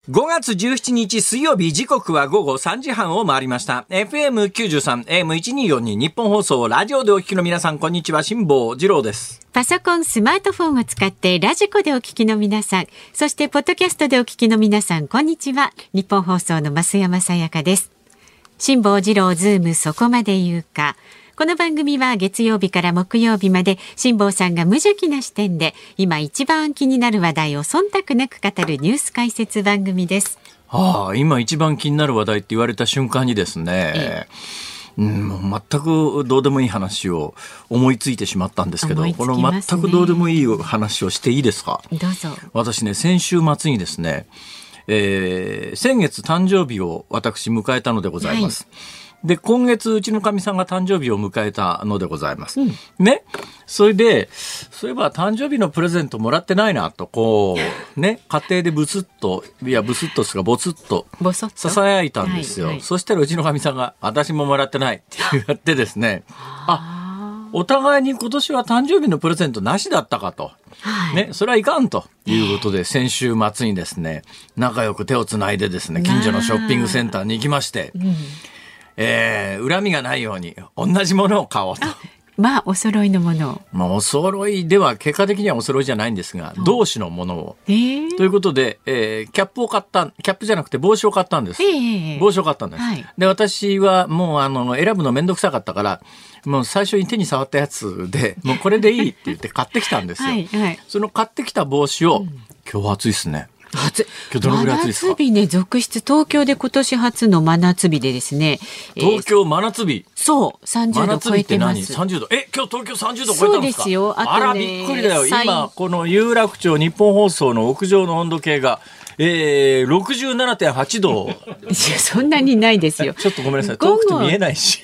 5月17日水曜日、時刻は午後3時半を回りました。FM93、AM1242 日本放送、ラジオでお聞きの皆さん、こんにちは、辛坊治郎です。 パソコン、スマートフォンを使ってラジコでお聞きの皆さん、そしてポッドキャストでお聞きの皆さん、こんにちは。日本放送の増山さやかです。辛坊治郎ズームそこまで言うか。この番組は月曜日から木曜日まで辛坊さんが無邪気な視点で今一番気になる話題を忖度なく語るニュース解説番組です。 今一番気になる話題って言われた瞬間にですね、もう全くどうでもいい話を思いついてしまったんですけど、この全くどうでもいい話をしていいですか？ どうぞ。 私ね、先週末にですね、先月誕生日を私迎えたのでございます。で、今月うちのかみさんが誕生日を迎えたのでございます。ね。それで、そういえば誕生日のプレゼントもらってないなと、こう、ね、家庭でブスッと、いや、ブスッとですが、ボツッと、囁いたんですよ。そしたらうちのかみさんが、私ももらってないって言ってですね、お互いに今年は誕生日のプレゼントなしだったかと。ね、それはいかんということで、先週末にですね、仲良く手をつないでですね、近所のショッピングセンターに行きまして、恨みがないように同じものを買おうと。 お揃いのものを。 お揃いでは結果的にはお揃いじゃないんですが、同種のものを。ということで、キャップじゃなくて帽子を買ったんです。帽子を買ったんです。で、私はもう選ぶのめんどくさかったから、もう最初に手に触ったやつで、もうこれでいいって言って買ってきたんですよ。その買ってきた帽子を、今日は暑いですね。今日どのぐらい暑いですか？ 真夏日ね、続出。東京で今年初の真夏日でですね。 東京真夏日。 そう、30度超えてます。 30度。今日東京30度超えたんですか？そうですよ。 あら、びっくりだよ。今、この有楽町日本放送の屋上の温度計が、67.8 度。 いや、そんなにないですよ。 ちょっとごめんなさい。遠くて見えないし。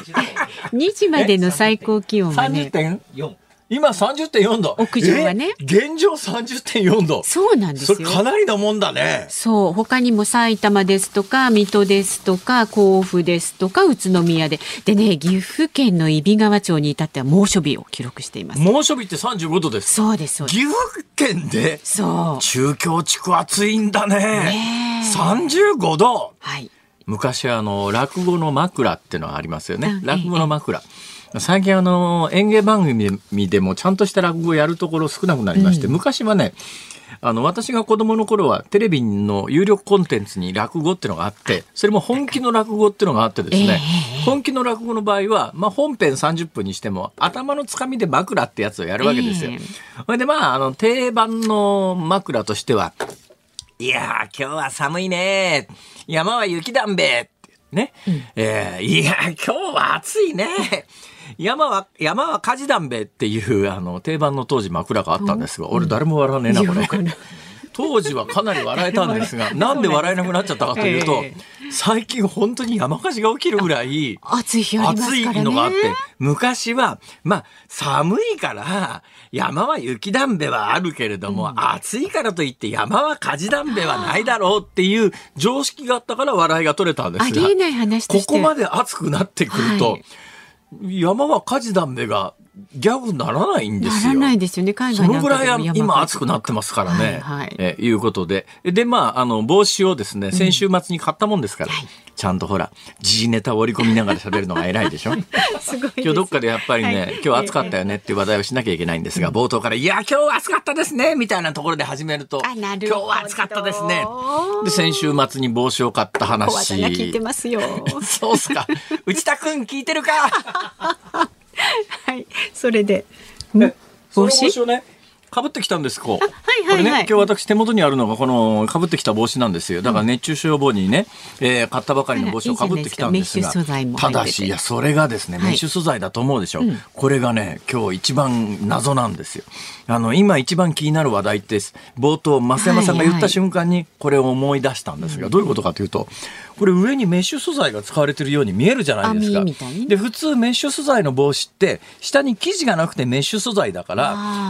2時までの最高気温はね。 30.4。今 30.4 度。 屋上はね。 現状 30.4 度。 そうなんですよ。 それかなりのもんだね。 そう。他にも埼玉ですとか、水戸ですとか、甲府ですとか、宇都宮で。でね、岐阜県の揖斐川町に至っては猛暑日を記録しています。 猛暑日って35度です。 そうです、そうです。 岐阜県で中京地区暑いんだね。35度。 はい。 昔落語の枕ってのはありますよね。落語の枕。最近演芸番組でもちゃんとした落語をやるところ少なくなりまして、昔はね、私が子供の頃はテレビの有力コンテンツに落語っていうのがあって、それも本気の落語っていうのがあってですね、本気の落語の場合は、本編30分にしても頭のつかみで枕ってやつをやるわけですよ。それで定番の枕としては、いやー今日は寒いね、山は雪だんべね、いや今日は暑いね、山は火事だんべっていう定番の当時枕があったんですが、俺誰も笑わねえなこれ。当時はかなり笑えたんですが、なんで笑えなくなっちゃったかというと、最近本当に山火事が起きるぐらい暑い日ありますからね。 暑いのがあって、昔は寒いから山は雪だんべはあるけれども、暑いからといって山は火事だんべはないだろうっていう常識があったから笑いが取れたんですが、 ありえない話としてここまで暑くなってくると、山は火事だんべがギャグならないんですよ。 ならないですよね。海外なんかでもそのぐらい今暑くなってますからね。いうことで。で、帽子をですね、先週末に買ったもんですから、ちゃんとほら、時事ネタを織り込みながら喋るのが偉いでしょ。 すごいです。 今日どっかでやっぱりね、今日暑かったよねっていう話題をしなきゃいけないんですが、冒頭から、いや、今日は暑かったですねみたいなところで始めると、今日は暑かったですね。で、先週末に帽子を買った話。 小技が聞いてますよ。 そうっすか。内田くん聞いてるか。 はい、それで帽子をね、かぶってきたんです。これね、今日私手元にあるのがこのかぶってきた帽子なんですよ。だから熱中症予防にね、買ったばかりの帽子をかぶってきたんですが、ただし、いや、それがですね、メッシュ素材だと思うでしょ。これがね、今日一番謎なんですよ。今一番気になる話題って冒頭増山さんが言った瞬間にこれを思い出したんですが、どういうことかというと、これ上にメッシュ素材が使われているように見えるじゃないですか。で、普通メッシュ素材の帽子って下に生地がなくてメッシュ素材だから、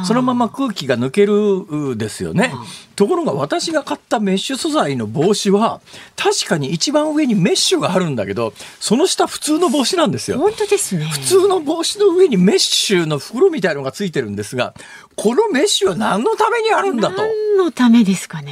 そのまま空気が抜けるですよね。ところが私が買ったメッシュ素材の帽子は確かに一番上にメッシュがあるんだけど、その下普通の帽子なんですよ。 本当ですね。 普通の帽子の上にメッシュの袋みたいのがついてるんですが、このメッシュは何のためにあるんだと。 何のためですかね。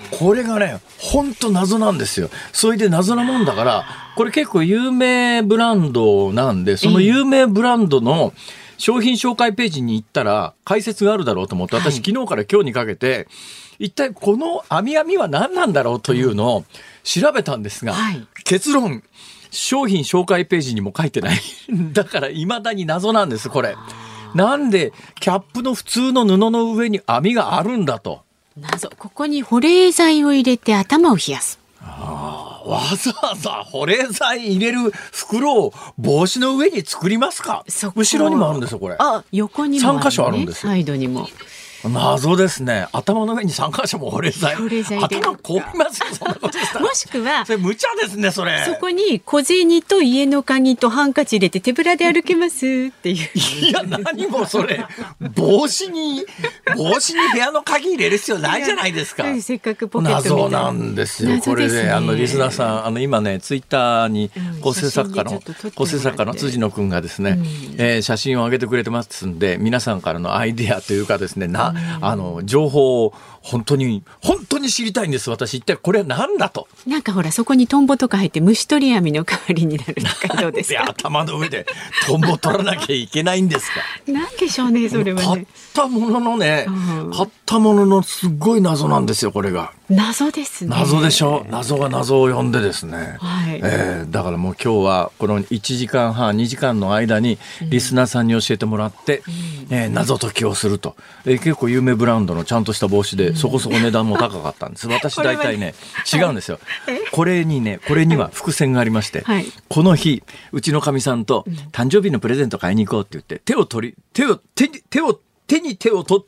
これがね本当謎なんですよ。それで謎なもんだからこれ結構有名ブランドなんで、その有名ブランドの商品紹介ページに行ったら解説があるだろうと思って、私昨日から今日にかけて一体この網は何なんだろうというのを調べたんですが、結論商品紹介ページにも書いてないだから未だに謎なんです。これなんでキャップの普通の布の上に網があるんだと。 謎。ここに保冷剤を入れて頭を冷やす。 わざわざ保冷剤入れる袋を帽子の上に作りますか。後ろにもあるんですよこれ。 横にもある、ね、 3箇所あるんですよ。 サイドにも。 謎ですね。頭の上に3箇所も保冷剤。頭凍りますよそんなことしたら。 もしくはそれ無茶ですねそれ。 そこに小銭と家の鍵とハンカチ入れて手ぶらで歩けますっていう。 いや何もそれ帽子に部屋の鍵入れる必要ないじゃないですか。 せっかくポケットみたいな。 謎なんですよこれで、リスナーさん今ねツイッターに構成作家の辻野くんがですね、写真を上げてくれてますんで、皆さんからのアイデアというかですね、情報を本当に知りたいんです。私一体これは何だと。 なんかほらそこにトンボとか入って虫取り網の代わりになるとかどうですか。 頭の上でトンボ取らなきゃいけないんですか。 なんでしょうねそれはね。 買ったもののすごい謎なんですよこれが。 謎ですね。 謎でしょ。謎が謎を呼んでですね、だからもう今日はこの1時間半2時間の間にリスナーさんに教えてもらって、謎解きをすると、結構有名ブランドのちゃんとした帽子でそこそこ値段も高かったんです。私大体ね違うんですよ。これには伏線がありまして、この日うちのかみさんと誕生日のプレゼント買いに行こうって言って手に手を取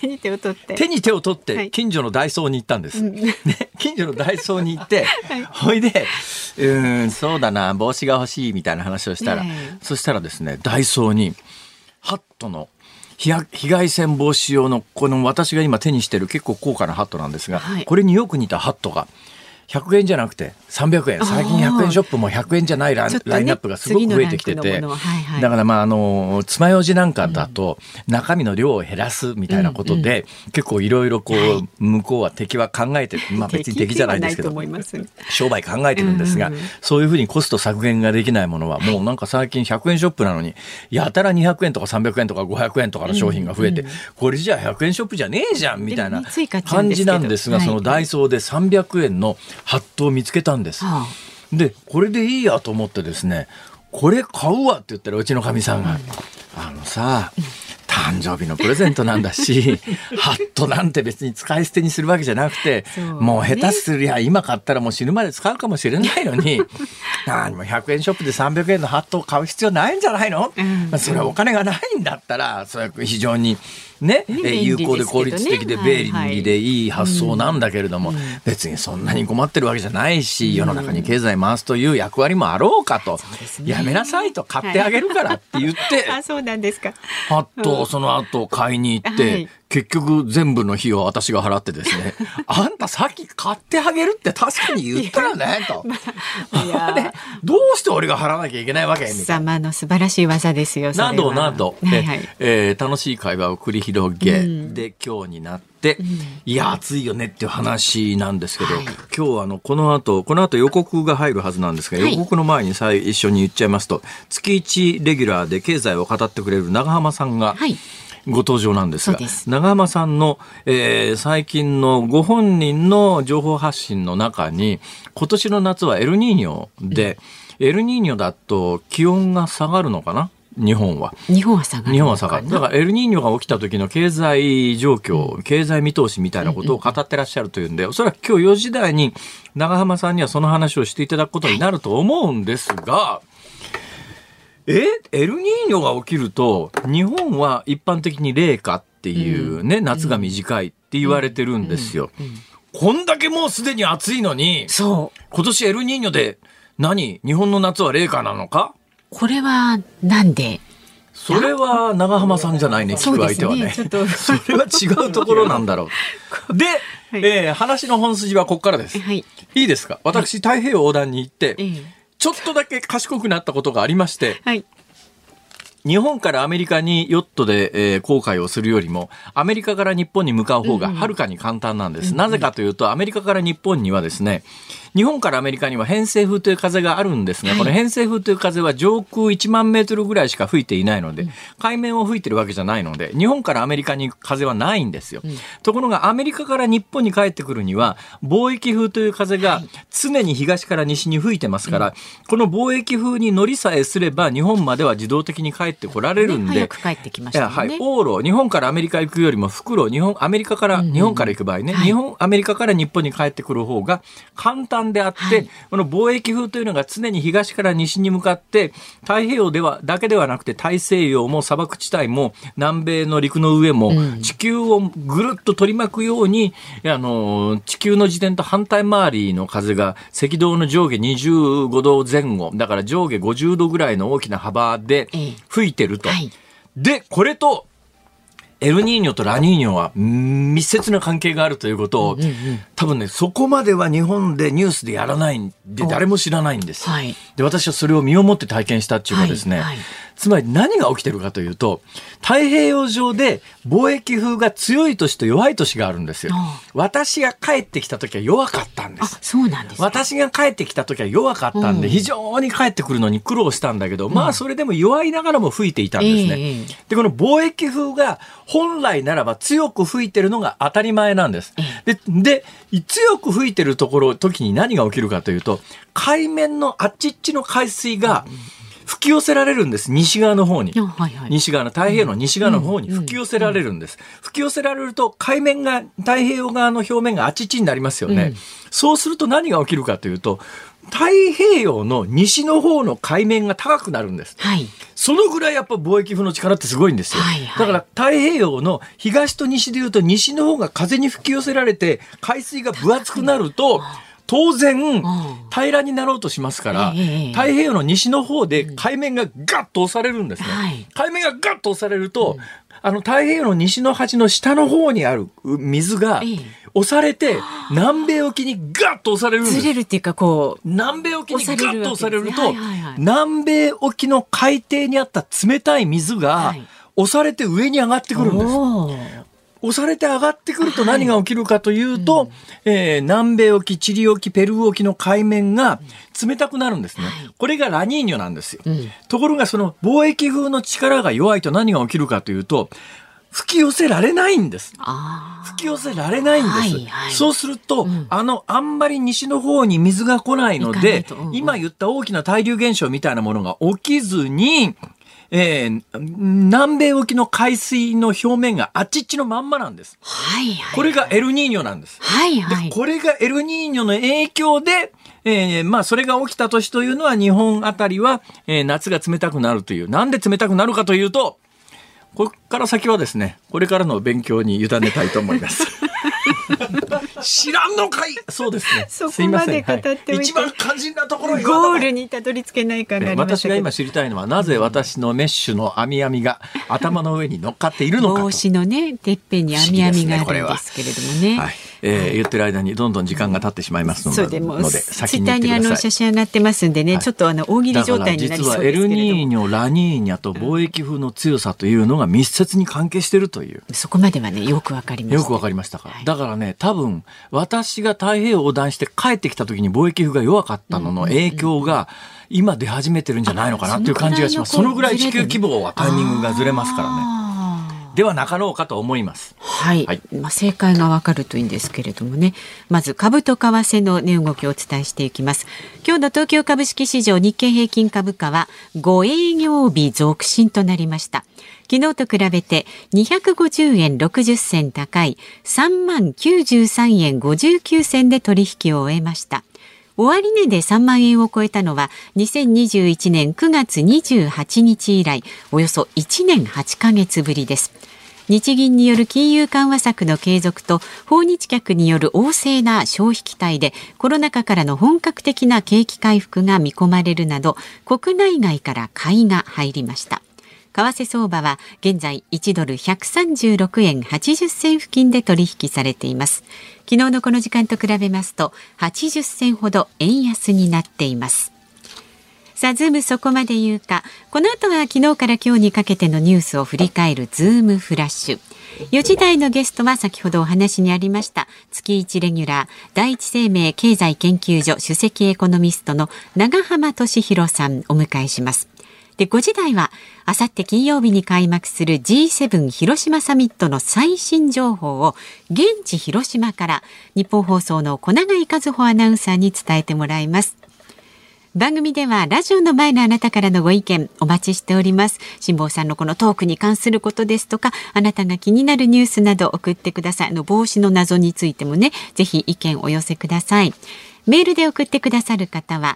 って近所のダイソーに行ったんです、近所のダイソーに行って、ほいでそうだな帽子が欲しいみたいな話をしたら、そしたらですねダイソーにハットの紫外線防止用のこの私が今手にしてる結構高価なハットなんですが、これによく似たハットが100円じゃなくて300円。最近100円ショップも100円じゃないラインナップがすごく増えてきてて、だから爪楊枝なんかだと中身の量を減らすみたいなことで、結構いろいろ向こうは敵は考えてる、別に敵じゃないですけど商売考えてるんですが、そういうふうにコスト削減ができないものはもうなんか最近100円ショップなのにやたら200円とか300円とか500円とかの商品が増えて、これじゃあ100円ショップじゃねえじゃんみたいな感じなんですが、そのダイソーで300円のハットを見つけたんです。でこれでいいやと思ってですね、これ買うわって言ったらうちのかみさんが、誕生日のプレゼントなんだしハットなんて別に使い捨てにするわけじゃなくて、もう下手すりゃ今買ったらもう死ぬまで使うかもしれないのに何も100円ショップで300円のハットを買う必要ないんじゃないの、それはお金がないんだったらそれは非常に有効で効率的で便利でいい発想なんだけれども、別にそんなに困ってるわけじゃないし、世の中に経済回すという役割もあろうかと、やめなさいと、買ってあげるからって言ってそうなんですか。 ハットをその後買いに行って、結局全部の費用は私が払ってですねあんたさっき買ってあげるって確かに言ったよねと、どうして俺が払わなきゃいけないわけみたいな。 様の素晴らしい技ですよ。 など楽しい会話を繰り広げ、で今日になって、いや暑いよねっていう話なんですけど、今日はこの後予告が入るはずなんですが、予告の前に一緒に言っちゃいますと、月1レギュラーで経済を語ってくれる長浜さんが、ご登場なんですが、長浜さんの、最近のご本人の情報発信の中に、今年の夏はエルニーニョで、エルニーニョだと気温が下がるのかな、日本は下がる。だからエルニーニョが起きた時の経済状況、経済見通しみたいなことを語ってらっしゃるというんで、おそらく今日4時台に長浜さんにはその話をしていただくことになると思うんですが、エルニーニョが起きると日本は一般的に冷夏っていうね、夏が短いって言われてるんですよ。こんだけもうすでに暑いのに、今年エルニーニョで日本の夏は冷夏なのか。これはなんで。 それは長浜さんじゃないね、聞く相手はね。それは違うところなんだろう。で、話の本筋はここからです。いいですか。私、太平洋横断に行って、ちょっとだけ賢くなったことがありまして、 日本からアメリカにヨットで、航海をするよりもアメリカから日本に向かう方がはるかに簡単なんです。なぜかというとアメリカから日本にはですね、日本からアメリカには偏西風という風があるんですが、この偏西風という風は上空1万メートルぐらいしか吹いていないので、海面を吹いてるわけじゃないので、日本からアメリカに風はないんですよ。ところがアメリカから日本に帰ってくるには、貿易風という風が常に東から西に吹いてますから、この貿易風に乗りさえすれば日本までは自動的に帰ってこられるんで、 早く帰ってきましたもんね。 往路、日本からアメリカ行くよりも復路、アメリカから日本から行く場合ね、アメリカから日本に帰ってくる方が簡単であって、この貿易風というのが常に東から西に向かって太平洋だけではなくて大西洋も砂漠地帯も南米の陸の上も地球をぐるっと取り巻くように、地球の自転と反対回りの風が赤道の上下25度前後だから上下50度ぐらいの大きな幅で吹いてると、でこれとエルニーニョとラニーニョは密接な関係があるということを、多分ね、そこまでは日本でニュースでやらないんで誰も知らないんです、で私はそれを身をもって体験したっていうかですね、つまり何が起きてるかというと、太平洋上で貿易風が強い年と弱い年があるんですよ。私が帰ってきた時は弱かったんです。 そうなんですか。 私が帰ってきた時は弱かったんで、非常に帰ってくるのに苦労したんだけど、まあそれでも弱いながらも吹いていたんですね、でこの貿易風が本来ならば強く吹いてるのが当たり前なんです。で強く吹いてる時に何が起きるかというと、海面のあっちっちの海水が吹き寄せられるんです。西側の方に、西側の太平洋の西側の方に吹き寄せられるんです。吹き寄せられると海面が太平洋側の表面があっちっちになりますよね、そうすると何が起きるかというと、太平洋の西の方の海面が高くなるんです、そのぐらいやっぱ貿易風の力ってすごいんですよ、だから太平洋の東と西でいうと、西の方が風に吹き寄せられて海水が分厚くなると当然平らになろうとしますから、太平洋の西の方で海面がガッと押されるんですね、海面がガッと押されると、太平洋の西の端の下の方にある水が押されて南米沖にガッと押されるんです。 ずれるっていうか、こう南米沖にガッと押されると、南米沖の海底にあった冷たい水が押されて上に上がってくるんです。押されて上がってくると何が起きるかというと、南米沖、チリ沖、ペルー沖の海面が冷たくなるんですね、これがラニーニョなんですよ、ところがその貿易風の力が弱いと何が起きるかというと、吹き寄せられないんです。吹き寄せられないんです、そうすると、あんまり西の方に水が来ないので、今言った大きな対流現象みたいなものが起きずに、南米沖の海水の表面があっちっちのまんまなんです、これがエルニーニョなんです、でこれがエルニーニョの影響で、それが起きた年というのは日本あたりは、夏が冷たくなるという。なんで冷たくなるかというと、これから先はですね、これからの勉強に委ねたいと思います知らんのかい。そうですね。 そこまで語っておいて、 一番肝心なところにゴールにたどり着けないかがありましたけど、 私が今知りたいのは、なぜ私のメッシュの網やみが頭の上に乗っかっているのかと。 帽子のね、てっぺんに網やみがあるんですけれどもね。 言ってる間にどんどん時間が経ってしまいますので、先に言ってください。 ツイッターに写真上がってますんでね、ちょっと大喜利状態になりそうですけれども、 実はエルニーニョ、ラニーニャと貿易風の強さというのが密接に関係しているという。 そこまではね、よくわかりました。 よくわかりましたか、だからね、多分私が太平洋横断して帰ってきた時に貿易風が弱かったのの影響が今出始めてるんじゃないのかなっていう感じがします。そのぐらい地球規模はタイミングがずれますからね。ではなかろうかと思います。正解がわかるといいんですけれどもね。まず株と為替の値動きをお伝えしていきます。今日の東京株式市場、日経平均株価は5営業日続伸となりました。昨日と比べて250円60銭高い30,093円59銭で取引を終えました。終値で3万円を超えたのは2021年9月28日以来およそ1年8ヶ月ぶりです。日銀による金融緩和策の継続と訪日客による旺盛な消費期待でコロナ禍からの本格的な景気回復が見込まれるなど、国内外から買いが入りました。為替相場は現在1ドル136円80銭付近で取引されています。昨日のこの時間と比べますと80銭ほど円安になっています。 さあズームそこまで言うか。この後は昨日から今日にかけてのニュースを振り返るズームフラッシュ。4時台のゲストは先ほどお話にありました月1レギュラー第一生命経済研究所首席エコノミストの長浜俊弘さんお迎えします。で5時台はあさって金曜日に開幕する G7 広島サミットの最新情報を現地広島から日本放送の小永井和穂アナウンサーに伝えてもらいます。番組ではラジオの前のあなたからのご意見お待ちしております。辛坊さんのこのトークに関することですとか、あなたが気になるニュースなど送ってください。帽子の謎についてもね、ぜひ意見お寄せください。メールで送ってくださる方は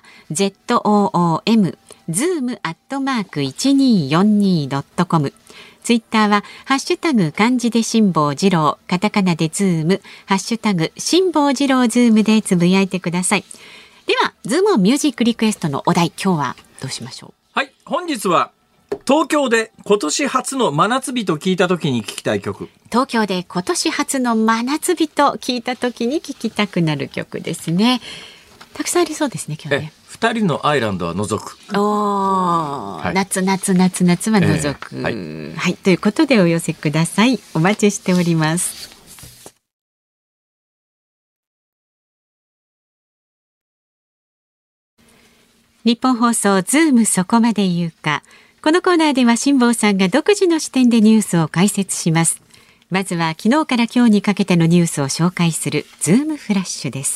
zoom@1242.com、 ツイッターはハッシュタグ漢字で辛坊治郎、カタカナでズーム、ハッシュタグ辛坊治郎ズームでつぶやいてください。ではズームミュージックリクエストのお題、今日はどうしましょう。 はい、本日は東京で今年初の真夏日と聞いた時に聞きたい曲。 東京で今年初の真夏日と聞いた時に聴きたくなる曲ですね。たくさんありそうですね今日ね。 二人のアイランドは除く。 はい、夏は除く、はい、ということでお寄せください。お待ちしております。日本放送ズームそこまで言うか。このコーナーでは辛坊さんが独自の視点でニュースを解説します。まずは昨日から今日にかけてのニュースを紹介するズームフラッシュです。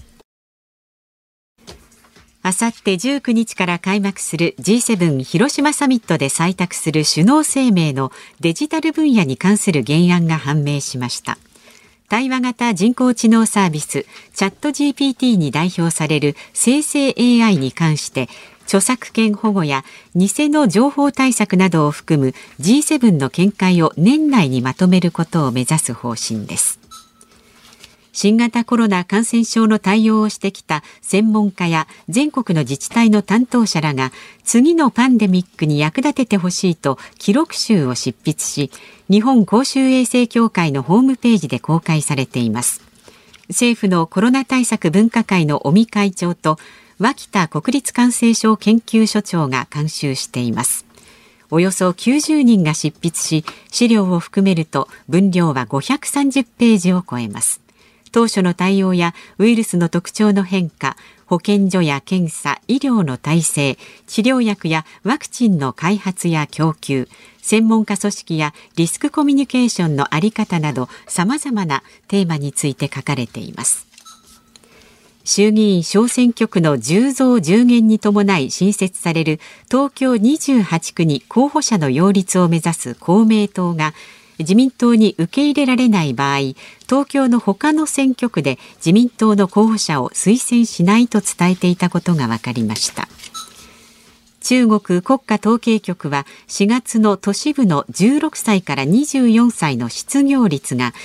あさって19日から開幕する G7 広島サミットで採択する首脳声明のデジタル分野に関する原案が判明しました。対話型人工知能サービスチャット GPT に代表される生成 AI に関して著作権保護や偽の情報対策などを含む G7 の見解を年内にまとめることを目指す方針です。新型コロナ感染症の対応をしてきた専門家や全国の自治体の担当者らが次のパンデミックに役立ててほしいと記録集を執筆し、日本公衆衛生協会のホームページで公開されています。政府のコロナ対策分科会の尾身会長と脇田国立感染症研究所長が監修しています。およそ90人が執筆し、資料を含めると分量は530ページを超えます。当初の対応やウイルスの特徴の変化、保健所や検査、医療の体制、治療薬やワクチンの開発や供給、専門家組織やリスクコミュニケーションの在り方など様々なテーマについて書かれています。衆議院小選挙区の10増10減に伴い新設される東京28区に候補者の擁立を目指す公明党が自民党に受け入れられない場合、東京の他の選挙区で自民党の候補者を推薦しないと伝えていたことが分かりました。中国国家統計局は4月の都市部の16歳から24歳の失業率が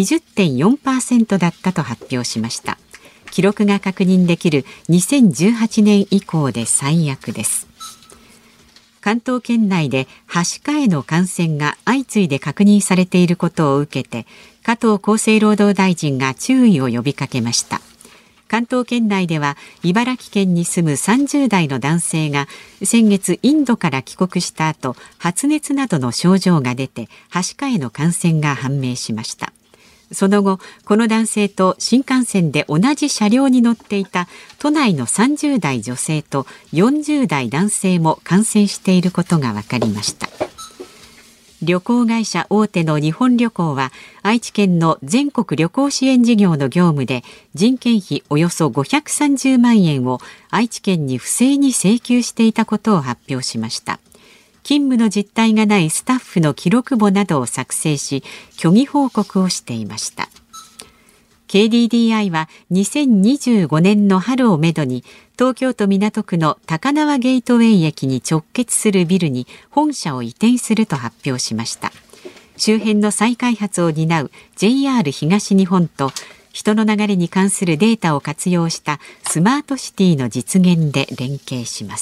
20.4% だったと発表しました。記録が確認できる2018年以降で最悪です。関東圏内ではしかへの感染が相次いで確認されていることを受けて、加藤厚生労働大臣が注意を呼びかけました。関東圏内では茨城県に住む30代の男性が先月インドから帰国した後、発熱などの症状が出てはしかへの感染が判明しました。その後、この男性と新幹線で同じ車両に乗っていた都内の30代女性と40代男性も感染していることが分かりました。旅行会社大手の日本旅行は愛知県の全国旅行支援事業の業務で人件費およそ530万円を愛知県に不正に請求していたことを発表しました。勤務の実態がないスタッフの記録簿などを作成し、虚偽報告をしていました。KDDI は2025年の春をめどに東京都港区の高輪ゲートウェイ駅に直結するビルに本社を移転すると発表しました。周辺の再開発を担う JR 東日本と人の流れに関するデータを活用したスマートシティの実現で連携します。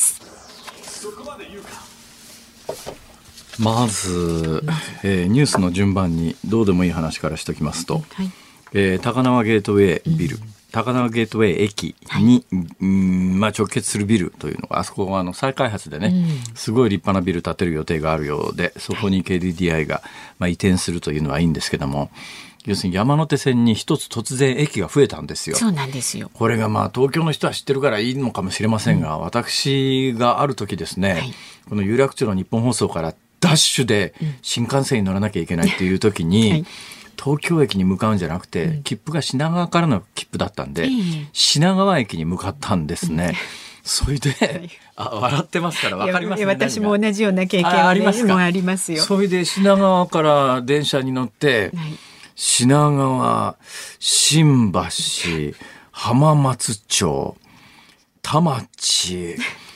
まず、ニュースの順番にどうでもいい話からしておきますと、高輪ゲートウェイビル、 高輪ゲートウェイ駅に、直結するビルというのが、あそこは再開発でね、すごい立派なビル建てる予定があるようで、そこに KDDI が、移転するというのはいいんですけども、要するに山手線に一つ突然駅が増えたんですよ。 そうなんですよ。 これが東京の人は知ってるからいいのかもしれませんが、私がある時ですね、この有楽町の日本放送からダッシュで新幹線に乗らなきゃいけないっていう時に、東京駅に向かうんじゃなくて、切符が品川からの切符だったんで、品川駅に向かったんですね。それで、笑ってますから分かりますね。 私も同じような経験は、ありますよ。 それで品川から電車に乗って、品川、新橋、浜松町、田町、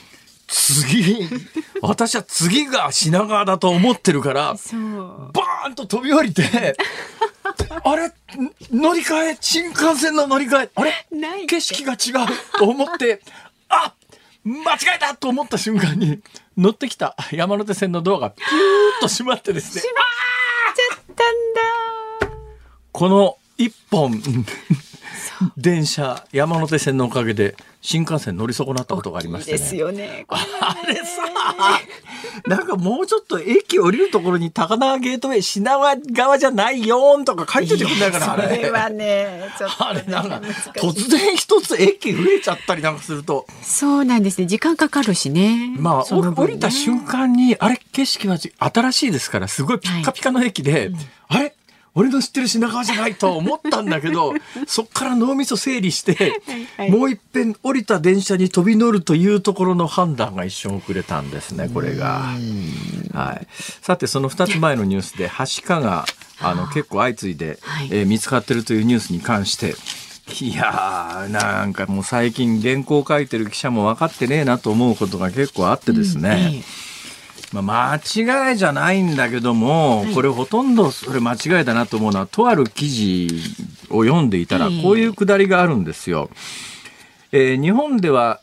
私は次が品川だと思ってるから、バーンと飛び降りて、あれ乗り換え、新幹線の乗り換え、あれ景色が違うと思って、間違えたと思った瞬間に、乗ってきた山手線のドアがピューッと閉まってですね、 閉まっちゃったんだ。 この一本電車、山手線のおかげで新幹線乗り損なったことがありましてね。 ですよね。 あれさ、なんかもうちょっと駅降りるところに高輪ゲートウェイ品川側じゃないよーんとか書いててくんないかな。 それはね、ちょっとあれなんか突然一つ駅増えちゃったりなんかすると、 そうなんですね。時間かかるしね。 降りた瞬間にあれ景色は新しいですから、すごいピッカピカの駅で、あれ俺の知ってる品川じゃないと思ったんだけど、そっから脳みそ整理して、もう一遍降りた電車に飛び乗るというところの判断が一瞬遅れたんですね、これが。さて、その2つ前のニュースで、はしかが結構相次いで、見つかってるというニュースに関して、いやー、なんかもう最近原稿を書いてる記者も分かってねえなと思うことが結構あってですね、間違いじゃないんだけども、これほとんどそれ間違いだなと思うのは、とある記事を読んでいたらこういうくだりがあるんですよ。日本では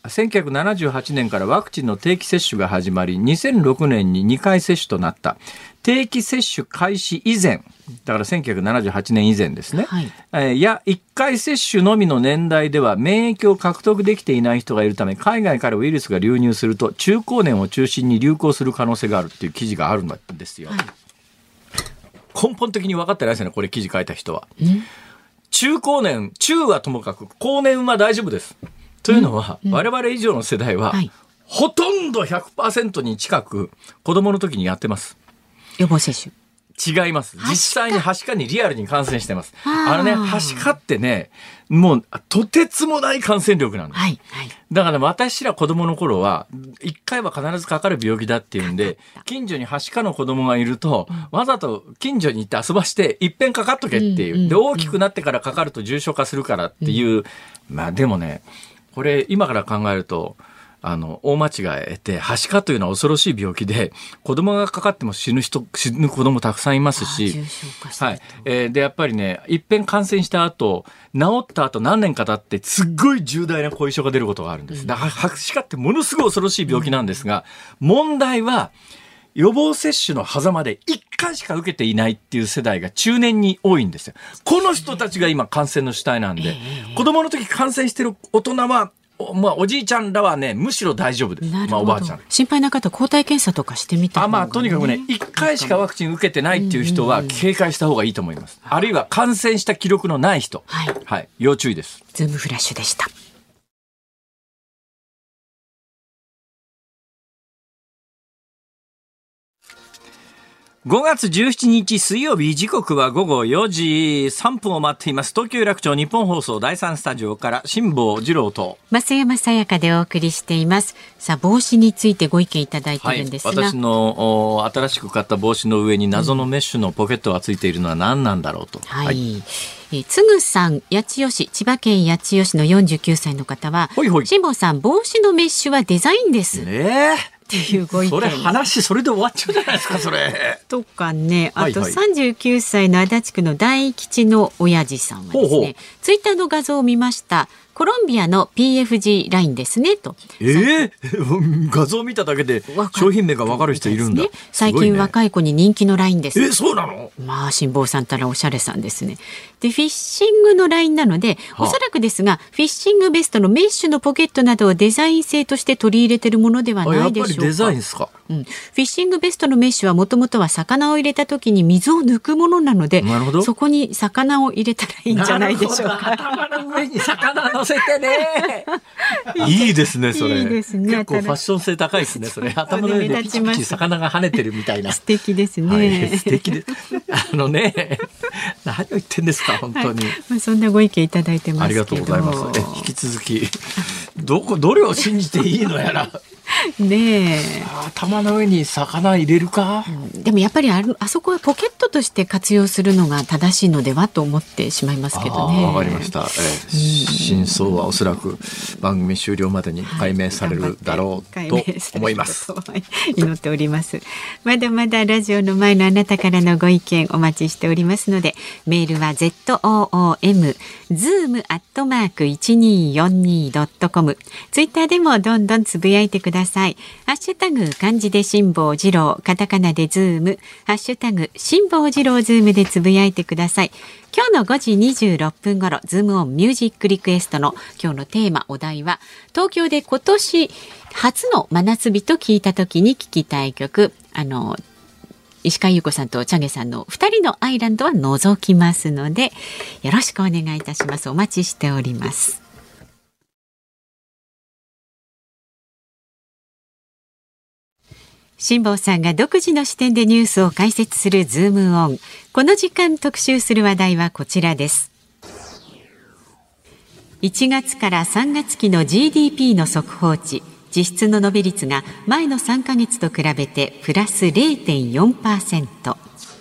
1978年からワクチンの定期接種が始まり、2006年に2回接種となった。定期接種開始以前、だから1978年以前ですね、や1回接種のみの年代では免疫を獲得できていない人がいるため、海外からウイルスが流入すると中高年を中心に流行する可能性があるっていう記事があるんですよ。根本的に分かってないですよね、これ記事書いた人は。中高年、中はともかく高年は大丈夫です。というのは、我々以上の世代は、ほとんど 100% に近く子供の時にやってます。 予防接種。 違います。実際にはしかにリアルに感染してます。はしかってね、もうとてつもない感染力なんです。だから私ら子供の頃は1回は必ずかかる病気だっていうんで、近所にはしかの子供がいると、わざと近所に行って遊ばしていっぺんかかっとけっていう。で、大きくなってからかかると重症化するからっていう。でもね、これ今から考えると、大間違えて、はしかというのは恐ろしい病気で、子供がかかっても死ぬ子供たくさんいますし、で、やっぱりね、一遍感染した後、治った後何年か経って、すっごい重大な後遺症が出ることがあるんです。だから、はしかってものすごい恐ろしい病気なんですが、問題は、予防接種の狭間で1回しか受けていないっていう世代が中年に多いんですよ。この人たちが今感染の主体なんで、子供の時感染してる大人は、おじいちゃんらはね、むしろ大丈夫です。おばあちゃん。 心配な方、抗体検査とかしてみた方が、 とにかくね、1回しかワクチン受けてないっていう人は警戒した方がいいと思います。あるいは感染した記録のない人。要注意です。 ズームフラッシュでした。 5月17日水曜日、時刻は午後4時3分を回っています。東京有楽町日本放送第3スタジオから辛坊治郎と増山さやかでお送りしています。さあ、帽子についてご意見いただいているんですが、 私の新しく買った帽子の上に謎のメッシュのポケットがついているのは何なんだろうと。 つぐさん、八千代市、千葉県八千代市の49歳の方は、辛坊さん、帽子のメッシュはデザインですっていうご意見。 それで終わっちゃうじゃないですか、それ。 とかね、あと39歳の足立区の大吉の親父さんはですね、ツイッターの画像を見ました。 コロンビアの PFG ラインですねと。 画像見ただけで商品名が分かる人いるんだ、ね、 最近若い子に人気のラインです。 そうなの？ まあ辛坊さんたらおしゃれさんですね。でフィッシングのラインなので、おそらくですがフィッシングベストのメッシュのポケットなどをデザイン性として取り入れているものではないでしょうか。やっぱりデザインですか。 フィッシングベストのメッシュはもともとは魚を入れた時に水を抜くものなので、そこに魚を入れたらいいんじゃないでしょうか。 頭の上に魚乗せてねいいですねそれ。いいですね。結構ファッション性高いですねそれ。頭の上でピチピチ魚が跳ねてるみたいな。 素敵ですね、 素敵です。何を言ってんですか本当に、 そんなご意見いただいてますけど。 ありがとうございます。引き続きどれを信じていいのやらねえ、 頭の上に魚入れるか、 でもやっぱりあそこはポケットとして活用するのが正しいのではと思ってしまいますけどね。 わかりました、真相はおそらく番組終了までに解明されるだろうと思います、 祈っております。まだまだラジオの前のあなたからのご意見お待ちしておりますので、メールは zoom@1242.com、 ツイッターでもどんどんつぶやいてください。ハッシュタグ漢字で辛坊治郎、カタカナでズーム、ハッシュタグ辛坊治郎ズームでつぶやいてください。今日の5時26分頃、ズームオンミュージックリクエストの今日のテーマ、お題は東京で今年初の真夏日と聞いた時に聞きたい曲、石川優子さんとチャゲさんの2人のアイランドは除きますので、よろしくお願いいたします。お待ちしております。辛坊さんが独自の視点でニュースを解説するズームオン。この時間特集する話題はこちらです。1月から3月期の GDP の速報値、実質の伸び率が前の3ヶ月と比べてプラス 0.4%。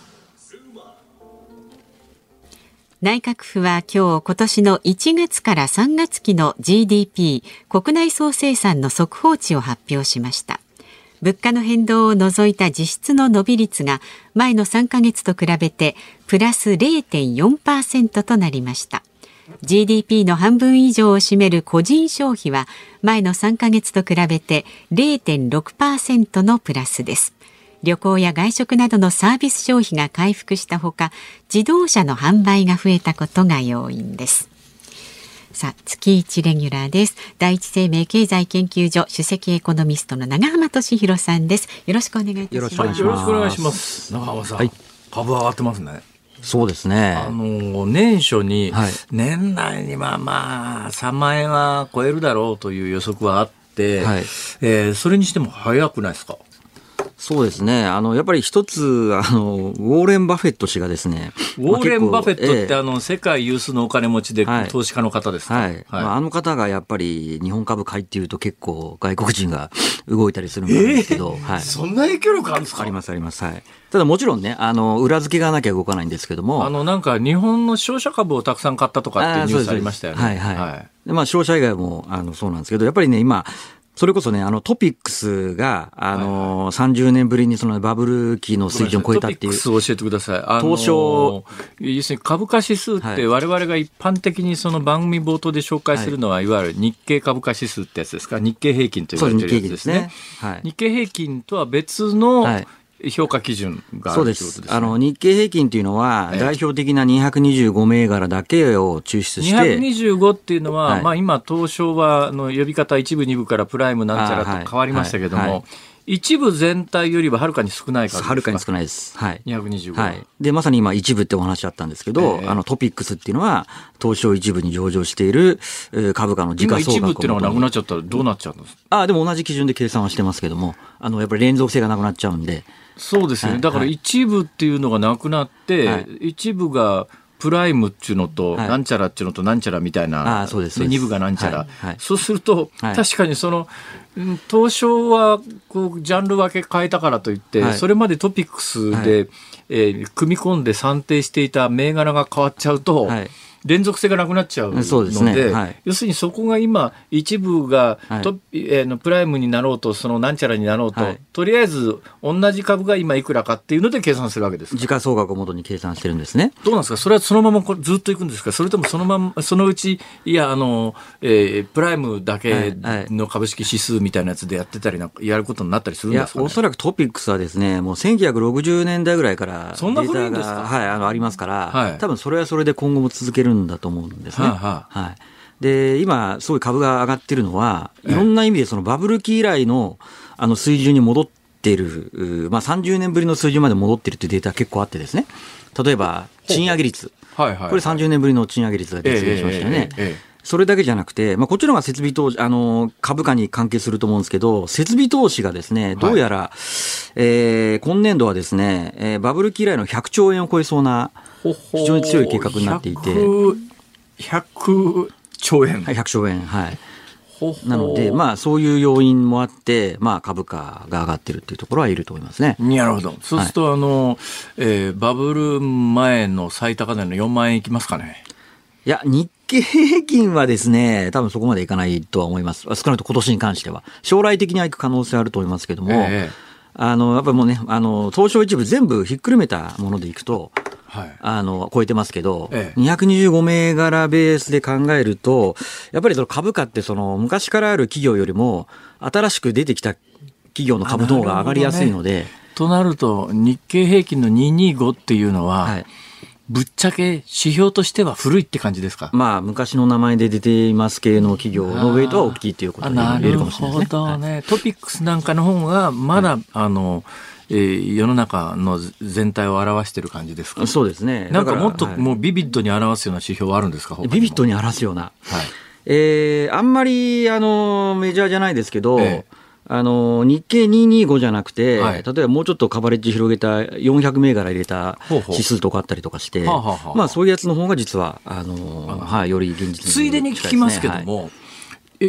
内閣府は今年の1月から3月期の GDP 国内総生産の速報値を発表しました。物価の変動を除いた実質の伸び率が前の3ヶ月と比べてプラス 0.4% となりました。GDP の半分以上を占める個人消費は前の3ヶ月と比べて 0.6% のプラスです。旅行や外食などのサービス消費が回復したほか、自動車の販売が増えたことが要因です。さあ、月1レギュラーです。第一生命経済研究所首席エコノミストの長浜俊弘さんです。よろしくお願いいたします。 よろしくお願いします。長浜さん、株上がってますね。 そうですね。 年初に、年内には3万円は超えるだろうという予測はあって、それにしても早くないですか？ そうですね。やっぱり一つ、ウォーレン・バフェット氏がですね。 ウォーレン・バフェットって、世界有数のお金持ちで、投資家の方ですか？ あの方がやっぱり日本株買いっていうと結構外国人が動いたりするんですけど。 そんな影響力あるんですか？ あります、あります。ただもちろんね、裏付けがなきゃ動かないんですけども。 なんか日本の商社株をたくさん買ったとかっていうニュースありましたよね。 で、商社以外も、そうなんですけど、やっぱりね、今、それこそね、トピックスが、30年ぶりにそのバブル期の水準を超えたっていう。 トピックスを教えてください。 東証。 要するに株価指数って我々が一般的にその番組冒頭で紹介するのは、いわゆる日経株価指数ってやつですか？日経平均と言われてるやつですね。日経平均とは別の、評価基準があるということですね。 そうです。日経平均というのは、代表的な225銘柄だけを抽出して。 225っていうのは、今、東証は呼び方一部二部からプライムなんちゃらと変わりましたけども、一部全体よりははるかに少ないからですか？ はるかに少ないです。 225。 で、まさに今一部ってお話あったんですけど、トピックスっていうのは、東証一部に上場している株価の時価総額を。 今一部っていうのがなくなっちゃったらどうなっちゃうんですか？ でも同じ基準で計算はしてますけども、やっぱり連続性がなくなっちゃうんで。 そうですね。だから一部っていうのがなくなって、一部がプライムっていうのと、なんちゃらっていうのとなんちゃらみたいな、二部がなんちゃら。そうすると、確かに東証はジャンル分け変えたからといって、それまでトピックスで、組み込んで算定していた銘柄が変わっちゃうと、 連続性がなくなっちゃうので、 そうですね、はい、 要するにそこが今一部が、 はいプライムになろうとそのなんちゃらになろうと、 はい、 とりあえず同じ株が今いくらかっていうので計算するわけですか。 時価総額をもとに計算してるんですね。 どうなんですか、それはそのままずっといくんですか、それともそのままそのうちいやプライムだけの株式指数みたいなやつでやってたりやることになったりするんですかね。 いやおそらくトピックスはですね、もう1960年代ぐらいからそんな古いんですか。 はい、ありますから、 はい、 多分それはそれで今後も続けるんだと思うんですね。はい、で今すごい株が上がってるのは、いろんな意味でそのバブル期以来の水準に戻っている、30年ぶりの水準まで戻っているというデータが結構あってですね、例えば賃上げ率、これ30年ぶりの賃上げ率が実現しましたよね。それだけじゃなくて、こっちの方が設備投資、株価に関係すると思うんですけど、設備投資がですね、どうやら、今年度はですね、バブル期以来の100兆円を超えそうな、非常に強い計画になっていて。 100兆円。 はい、100兆円。はい。なので、そういう要因もあって、株価が上がっているというところはいると思いますね。 なるほど。そうすると、バブル前の最高値の4万円いきますかね。 いや、日経平均はですね、多分そこまでいかないとは思います。少なくとも今年に関しては。将来的にはいく可能性あると思いますけども、やっぱりもうね、東証一部全部ひっくるめたものでいくと、はい、超えてますけど、225銘柄ベースで考えると、やっぱりその株価ってその昔からある企業よりも新しく出てきた企業の株の方が上がりやすいので。 となると、日経平均の225っていうのは、はい、ぶっちゃけ指標としては古いって感じですか。 昔の名前で出ています系の企業のウェイトは大きいということが言えるかもしれないですね。 なるほどね。トピックスなんかの方がまだ、世の中の全体を表している感じですか。 そうですね。 なんかもっともうビビッドに表すような指標はあるんですか。 ビビッドに表すような。はい。あんまりメジャーじゃないですけど、日経225じゃなくて、はい、例えばもうちょっとカバレッジ広げた400銘柄入れた指数とかあったりとかして、そういうやつの方が実はより現実に、 ついでに聞きますけども。はい、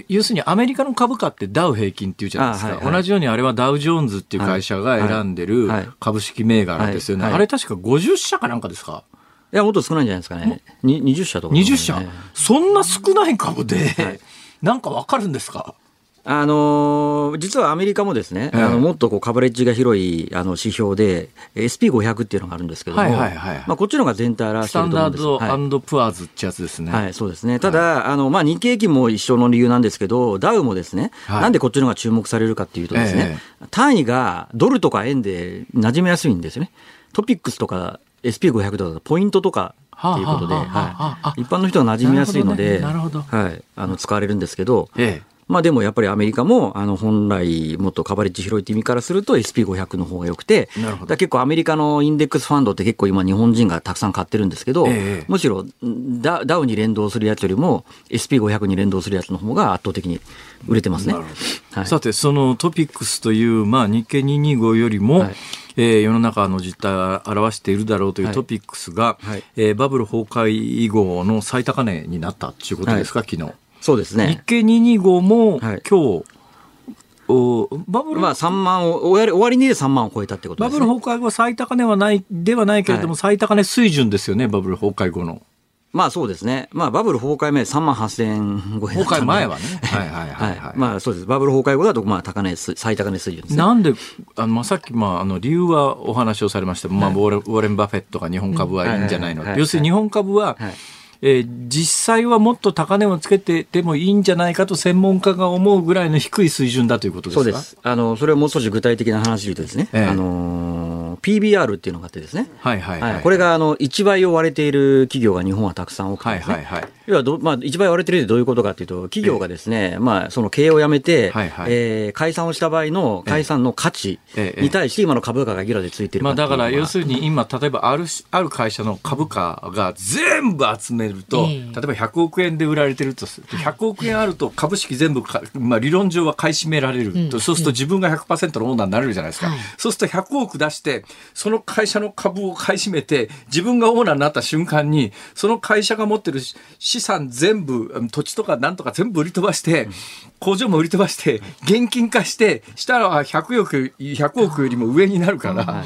要するにアメリカの株価ってダウ平均っていうじゃないですか、はいはい、同じようにあれはダウジョーンズっていう会社が選んでる株式銘柄ですよね、はいはいはい、あれ確か50社かなんかですか。 いやもっと少ないんじゃないですかね。20社とか、 ね、20社、そんな少ない株で、はい、なんかわかるんですか。 実はアメリカもですね、もっとこうカバレッジが広い指標で SP500 っていうのがあるんですけども、はいはいはい、こっちのが全体表していると思うんです。 スタンダード&プアーズってやつですね。 はい、そうですね。ただ、日経平均も一緒の理由なんですけど、ダウもですね、なんでこっちのが注目されるかっていうとですね、単位がドルとか円で馴染みやすいんですよね。トピックスとか SP500 とかポイントとかっていうことで、一般の人が馴染みやすいので、使われるんですけど、でもやっぱりアメリカも本来もっとカバレッジ広いって意味からすると SP500 の方が良くて、だ結構アメリカのインデックスファンドって結構今日本人がたくさん買ってるんですけど、むしろダウに連動するやつよりも SP500 に連動するやつの方が圧倒的に売れてますね。 はい、さてそのトピックスという、日経225よりも、世の中の実態を表しているだろうというトピックスが、バブル崩壊以後の最高値になったということですか、昨日。 そうですね。 日経225も今日、バブル 3万を終わりにで3万を超えたってことですね。 バブル崩壊後最高値はではないけれども、最高値水準ですよね、バブル崩壊後の。 そうですね。バブル崩壊前3万8500円。 崩壊前はね。 そうです。バブル崩壊後だと最高値水準ですね。 なんでさっき理由はお話をされました。ウォレン・バフェットが日本株はいいんじゃないの。要するに日本株は、実際はもっと高値をつけててもいいんじゃないかと専門家が思うぐらいの低い水準だということですか。 そうです。それをもう少し具体的な話で言うとですね、PBR っていうのがあってですね、これが1倍を割れている企業が日本はたくさん多くてですね、要は1倍割れてるってどういうことかというと、企業がですね、その経営をやめて、解散をした場合の解散の価値に対して今の株価がいくらでついているかっていうのは、 だから要するに今例えばある会社の株価が全部集めると、例えば100億円で売られてるとすると、100億円あると株式全部理論上は買い占められると、そうすると自分が 100% のオーナーになれるじゃないですか。そうすると100億出してその会社の株を買い占めて自分がオーナーになった瞬間にその会社が持ってる資産全部、土地とかなんとか全部売り飛ばして、工場も売り飛ばして現金化してしたら100億よりも上になるから、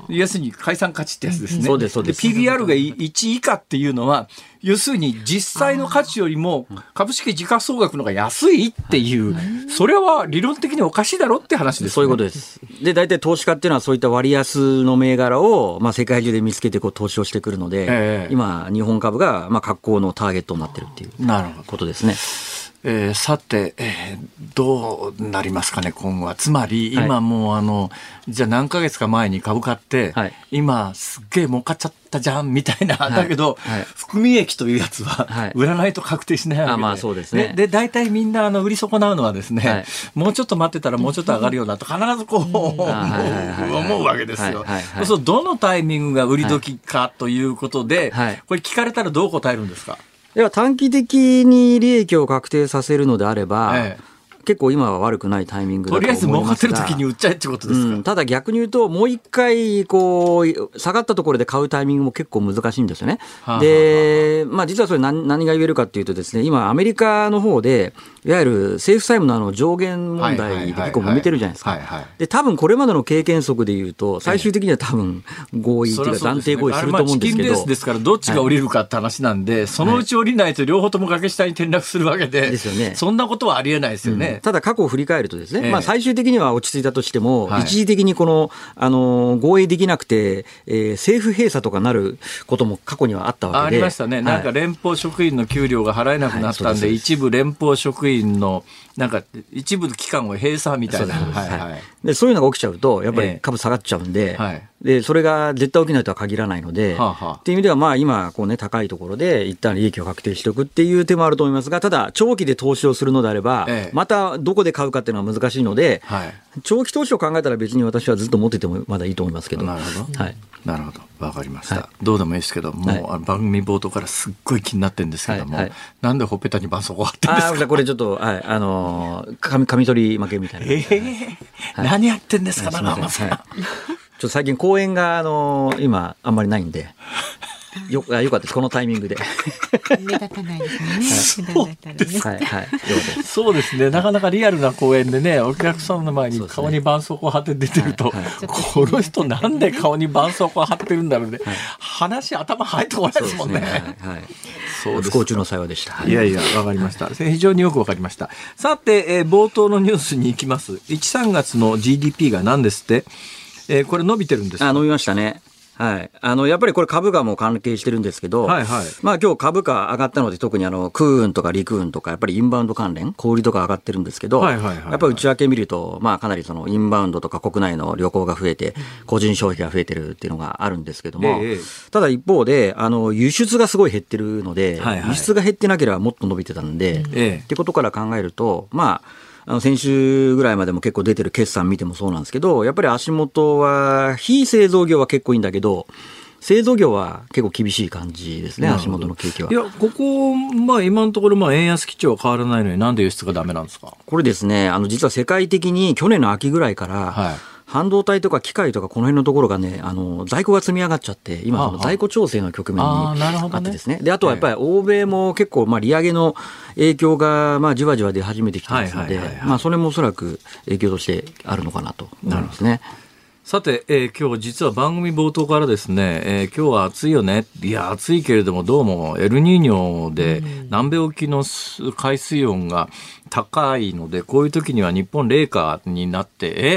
要するに解散価値ってやつですね。 そうですそうです。 PBR が1以下っていうのは要するに実際の価値よりも株式時価総額の方が安いっていう、それは理論的におかしいだろって話ですね。 そういうことです。で、大体投資家っていうのはそういった割安の銘柄を、世界中で見つけて投資をしてくるので、今、日本株が格好のターゲットになってるっていうことですね。 さて、どうなりますかね、今後は。つまり、今もうじゃあ何ヶ月か前に株買って、今すっげえ儲かっちゃったじゃんみたいな、だけど、含み益というやつは、売らないと確定しないわけで。 そうですね。 で、大体みんな売り損なうのはですね、もうちょっと待ってたらもうちょっと上がるようなと必ずこう、思うわけですよ。そうすると、どのタイミングが売り時かということで、これ聞かれたらどう答えるんですか？ いや、短期的に利益を確定させるのであれば、結構今は悪くないタイミングだと思いますが、 とりあえず儲かってる時に売っちゃえってことですか？ ただ逆に言うと、もう一回下がったところで買うタイミングも結構難しいんですよね。で、実はそれ何が言えるかっていうとですね、今アメリカの方でいわゆる政府債務の上限問題で結構揉めてるじゃないですか。で、多分これまでの経験則で言うと、最終的には多分合意というか暫定合意すると思うんですけど、 チキンレースですからどっちが降りるかって話なんで、そのうち降りないと両方とも崖下に転落するわけで、 ですよね。 そんなことはありえないですよね。 ただ過去を振り返るとですね、最終的には落ち着いたとしても、一時的に合意できなくて、政府閉鎖とかなることも過去にはあったわけで。 ありましたね。なんか連邦職員の給料が払えなくなったんで、一部連邦職員のなんか一部機関を閉鎖みたいな。 で、そういうのが起きちゃうと、やっぱり株下がっちゃうんで、で、それが絶対起きないとは限らないので、っていう意味では今高いところで一旦利益を確定しておくっていう手もあると思いますが、ただ長期で投資をするのであれば、またどこで買うかっていうのは難しいので、長期投資を考えたら別に私はずっと持っててもまだいいと思いますけど。 なるほど。なるほど。わかりました。どうでもいいですけど、もう番組冒頭からすっごい気になってるんですけども、なんでほっぺたに絆創膏貼ってるんですか？ これちょっと、カミソリ負けみたいな。 何やってんですか、長濱さん。 ちょっと最近公演が今あんまりないんで、よかったです、このタイミングで。 目立たないですね。 そうですね。なかなかリアルな公演でね、お客さんの前に顔に絆創膏貼って出てると、この人なんで顔に絆創膏貼ってるんだろうね。話頭入ってこないですもんね。 不幸中の幸いでした。 いやいや、わかりました。非常によくわかりました。さて、冒頭のニュースに行きます。1、3月の GDP が何ですって？これ伸びてるんですか？ 伸びましたね。やっぱりこれ株価も関係してるんですけど、今日株価上がったので、特に空運とか陸運とか、やっぱりインバウンド関連、小売りとか上がってるんですけど、やっぱり内訳見ると、かなりインバウンドとか国内の旅行が増えて、個人消費が増えてるっていうのがあるんですけども、ただ一方で、輸出がすごい減ってるので、輸出が減ってなければもっと伸びてたんで、ってことから考えると、先週ぐらいまでも結構出てる決算見てもそうなんですけど、やっぱり足元は、非製造業は結構いいんだけど、製造業は結構厳しい感じですね、足元の景気は。 いや、ここ、今のところ、円安基調は変わらないのに、なんで輸出がダメなんですか？ これですね、実は世界的に去年の秋ぐらいから、半導体とか機械とかこの辺のところがね、在庫が積み上がっちゃって、今在庫調整の局面にあってですね。で、あとはやっぱり欧米も結構利上げの影響がじわじわ出始めてきてますので、それもおそらく影響としてあるのかなと思いますね。 さて、今日実は番組冒頭からですね、今日は暑いよね。いや、暑いけれどもどうもエルニーニョで南米沖の海水温が高いので、こういう時には日本冷夏になって、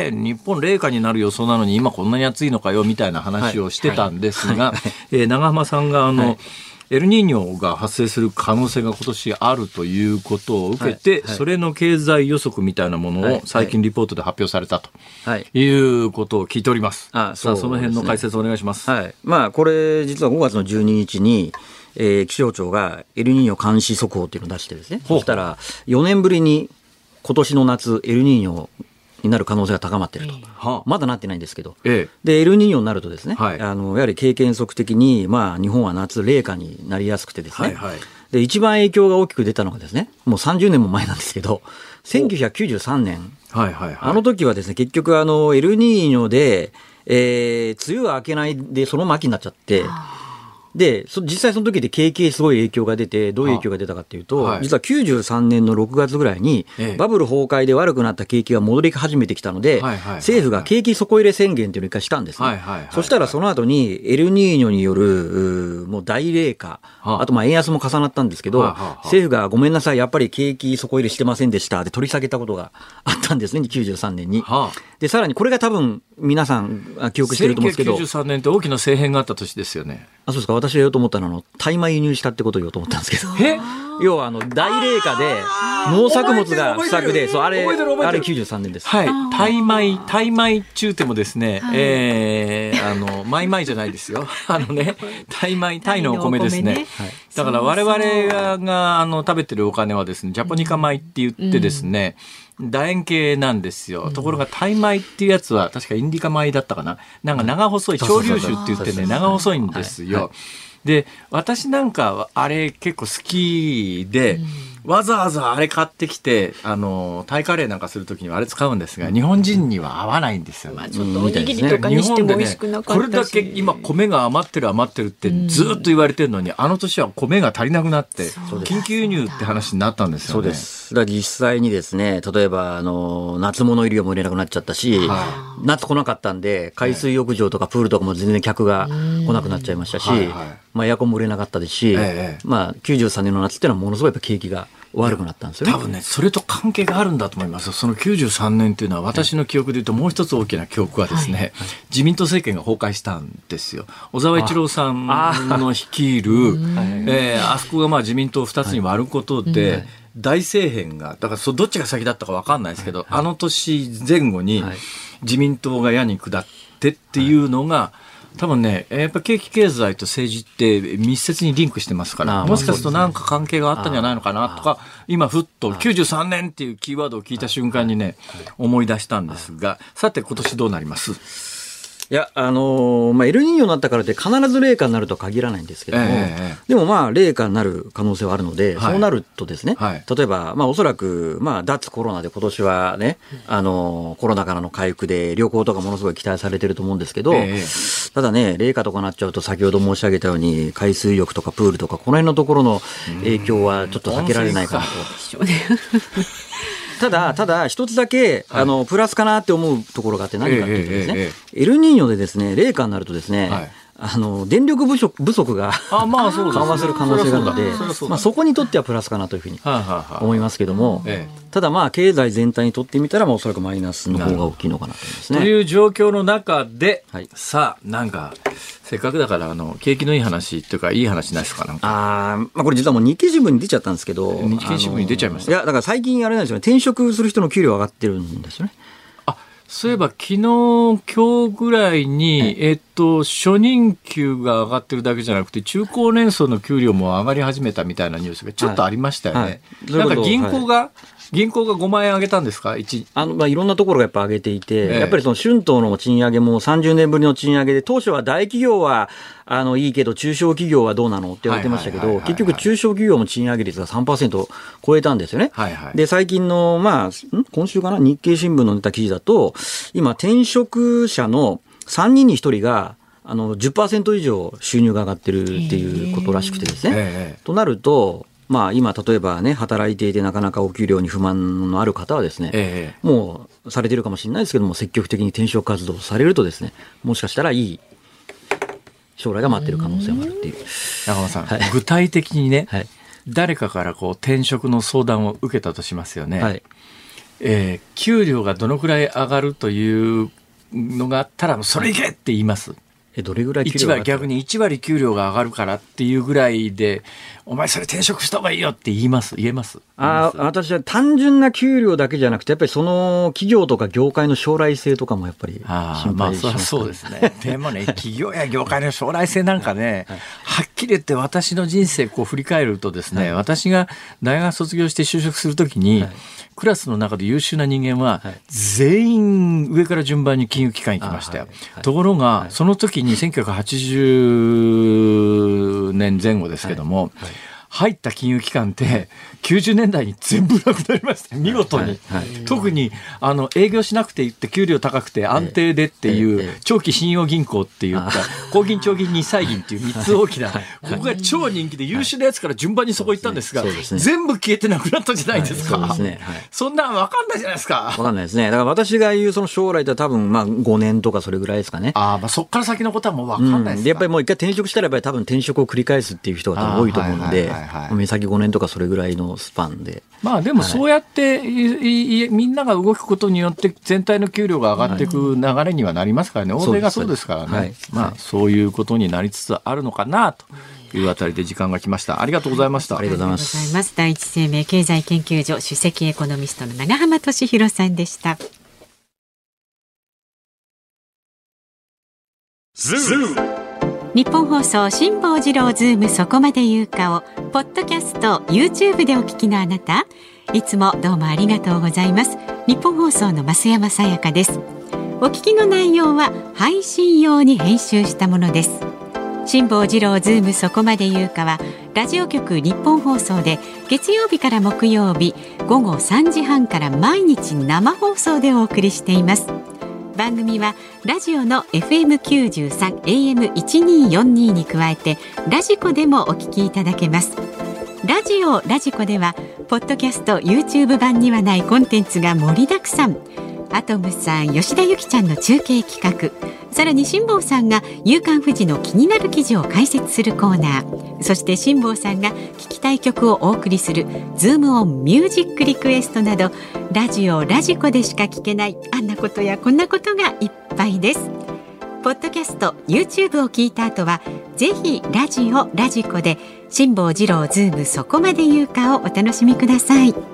日本冷夏になる予想なのに今こんなに暑いのかよみたいな話をしてたんですが、長濱さんがエルニーニョが発生する可能性が今年あるということを受けて、それの経済予測みたいなものを最近リポートで発表されたということを聞いております。さあ、その辺の解説をお願いします。 これ実は5月の12日に気象庁がエルニーニョ監視速報っていうのを出してですね、そしたら4年ぶりに今年の夏エルニーニョになる可能性が高まっていると、まだなってないんですけど、でエルニーニョになるとですね、やはり経験則的に、日本は夏冷夏になりやすくてですね、で一番影響が大きく出たのがですね、もう30年も前なんですけど、1993年、あの時はですね、結局エルニーニョで、梅雨が明けないでそのまま秋になっちゃって、 で、実際その時で景気にすごい影響が出て、どういう影響が出たかっていうと、実は93年の6月ぐらいに、バブル崩壊で悪くなった景気が戻り始めてきたので、政府が景気底入れ宣言っていうのを一回したんですね。そしたらその後にエルニーニョによるもう大冷夏、あと円安も重なったんですけど、政府がごめんなさい、やっぱり景気底入れしてませんでしたって取り下げたことがあったんですね、93年に。で、さらにこれが多分皆さん記憶してると思うんですけど、 1993年って大きな政変があった年ですよね。 そうですか。私が言おうと思ったのは大麻輸入したってことを言おうと思ったんですけど、要は大冷夏で農作物が不作で、あれ93年です。 はい。タイ米中でもですね、マイマイじゃないですよ。タイのお米ですね。だから我々が食べてるお金はですね、ジャポニカ米って言ってですね、楕円形なんですよ。ところがタイ米っていうやつは確かインディカ米だったかな。なんか長細い、潮流種って言ってね、長細いんですよ。で、私なんかあれ結構好きで、わざわざあれ買ってきて、タイカレーなんかするときにはあれ使うんですが、日本人には合わないんですよ。 ちょっとおにぎりとかにしても美味しくなかったし。 これだけ今米が余ってるってずっと言われてるのに、あの年は米が足りなくなって、緊急輸入って話になったんですよね。 そうです。だから実際にですね、例えば夏物入りをも入れなくなっちゃったし、夏来なかったんで、海水浴場とかプールとかも全然客が来なくなっちゃいましたし、エアコンも売れなかったですし、93年の夏っていうのはものすごいやっぱ景気が悪くなったんですよね。 多分ね、それと関係があるんだと思います。その93年っていうのは私の記憶で言うともう一つ大きな記憶はですね、自民党政権が崩壊したんですよ。小沢一郎さんの率いる、あそこが自民党を2つに割ることで、大政変が、だからどっちが先だったか分かんないですけど、あの年前後に自民党が矢に下ってっていうのが、多分ね、やっぱ景気経済と政治って密接にリンクしてますから、もしかするとなんか関係があったんじゃないのかなとか、今ふっと93年っていうキーワードを聞いた瞬間にね、思い出したんですが、さて今年どうなります？ いや、エルニーニョになったからって必ず冷夏になるとは限らないんですけども、でも冷夏になる可能性はあるので、そうなるとですね、例えば、おそらく、脱コロナで今年はね、コロナからの回復で旅行とかものすごい期待されてると思うんですけど、ただね、冷夏とかなっちゃうと先ほど申し上げたように、海水浴とかプールとか、この辺のところの影響はちょっと避けられないかなと。ただ一つだけプラスかなって思うところがあって、何かっていうとですね、エルニーニョでですね、冷夏になるとですね、電力不足が緩和する可能性があるので、そこにとってはプラスかなというふうに思いますけども、ただ経済全体にとってみたらおそらくマイナスの方が大きいのかなと思いますね。 という状況の中で、さあなんかせっかくだから景気のいい話っていうかいい話ないですか？なんかこれ実はもう日経新聞に出ちゃったんですけど、 日経新聞に出ちゃいました。 いやだから最近あれなんですよね、転職する人の給料上がってるんですよね。 そういえば昨日今日ぐらいに、初任給が上がってるだけじゃなくて中高年層の給料も上がり始めたみたいなニュースがちょっとありましたよね。なんか銀行が5万円上げたんですか？いろんなところがやっぱ上げていて、やっぱりその春闘の賃上げも30年ぶりの賃上げで、当初は大企業はいいけど中小企業はどうなのって言われてましたけど、結局中小企業も賃上げ率が 3% 超えたんですよね。で最近の今週かな、日経新聞のネタ記事だと、今転職者の3人に1人が10% 以上収入が上がってるっていうことらしくてですね、となると今例えばね、働いていてなかなかお給料に不満のある方はですね、もうされてるかもしれないですけども、積極的に転職活動をされるとですね、もしかしたらいい将来が待ってる可能性もあるっていう。 中間さん、具体的にね、誰かから転職の相談を受けたとしますよね。給料がどのくらい上がるというのがあったらそれいけって言います？ どれぐらい給料が上がる？ 逆に1割給料が上がるからっていうぐらいで、お前それ転職した方がいいよって言えます？ 私は単純な給料だけじゃなくて、やっぱりその企業とか業界の将来性とかもやっぱり心配します。 そうですね。でもね、企業や業界の将来性なんかね、はっきり言って私の人生振り返るとですね、私が大学卒業して就職するときに、クラスの中で優秀な人間は全員上から順番に金融機関に来ましたよ。ところがその時に1980年前後ですけども、 入った金融機関って90年代に全部なくなりました見事に、特に営業しなくていって給料高くて安定でっていう長期信用銀行って言った高銀長銀日債銀っていう3つ大きなここが超人気で優秀なやつから順番にそこ行ったんですが、全部消えてなくなったじゃないですか。そんなん分かんないじゃないですか。 分かんないですね。だから私が言うその将来って多分5年とかそれぐらいですかね。 そっから先のことはもう分かんないですか。 でやっぱりもう一回転職したらやっぱり多分転職を繰り返すっていう人が多分多いと思うので、目先5年とかそれぐらいのスパンで。 でもそうやって、みんなが動くことによって全体の給料が上がっていく流れにはなりますからね。欧米がそうですからね。そういうことになりつつあるのかなというあたりで時間が来ました。ありがとうございました。 ありがとうございます。 第一生命経済研究所首席エコノミストの永濱利弘さんでした。日本放送辛坊治郎ズームそこまで言うかをポッドキャスト YouTube でお聞きのあなた、いつもどうもありがとうございます。日本放送の増山さやかです。お聞きの内容は配信用に編集したものです。辛坊治郎ズームそこまで言うかはラジオ局日本放送で月曜日から木曜日午後3時半から毎日生放送でお送りしています。番組はラジオの FM93 AM1242 に加えてラジコでもお聞きいただけます。ラジコではポッドキャスト YouTube 版にはないコンテンツが盛りだくさん。アトムさん、吉田ゆきちゃんの中継企画、さらに辛坊さんが夕刊フジの気になる記事を解説するコーナー、そして辛坊さんが聞きたい曲をお送りするズームオンミュージックリクエストなど、ラジコでしか聞けないあんなことやこんなことがいっぱいです。ポッドキャスト YouTube を聞いた後はぜひラジコで辛坊治郎ズームそこまで言うかをお楽しみください。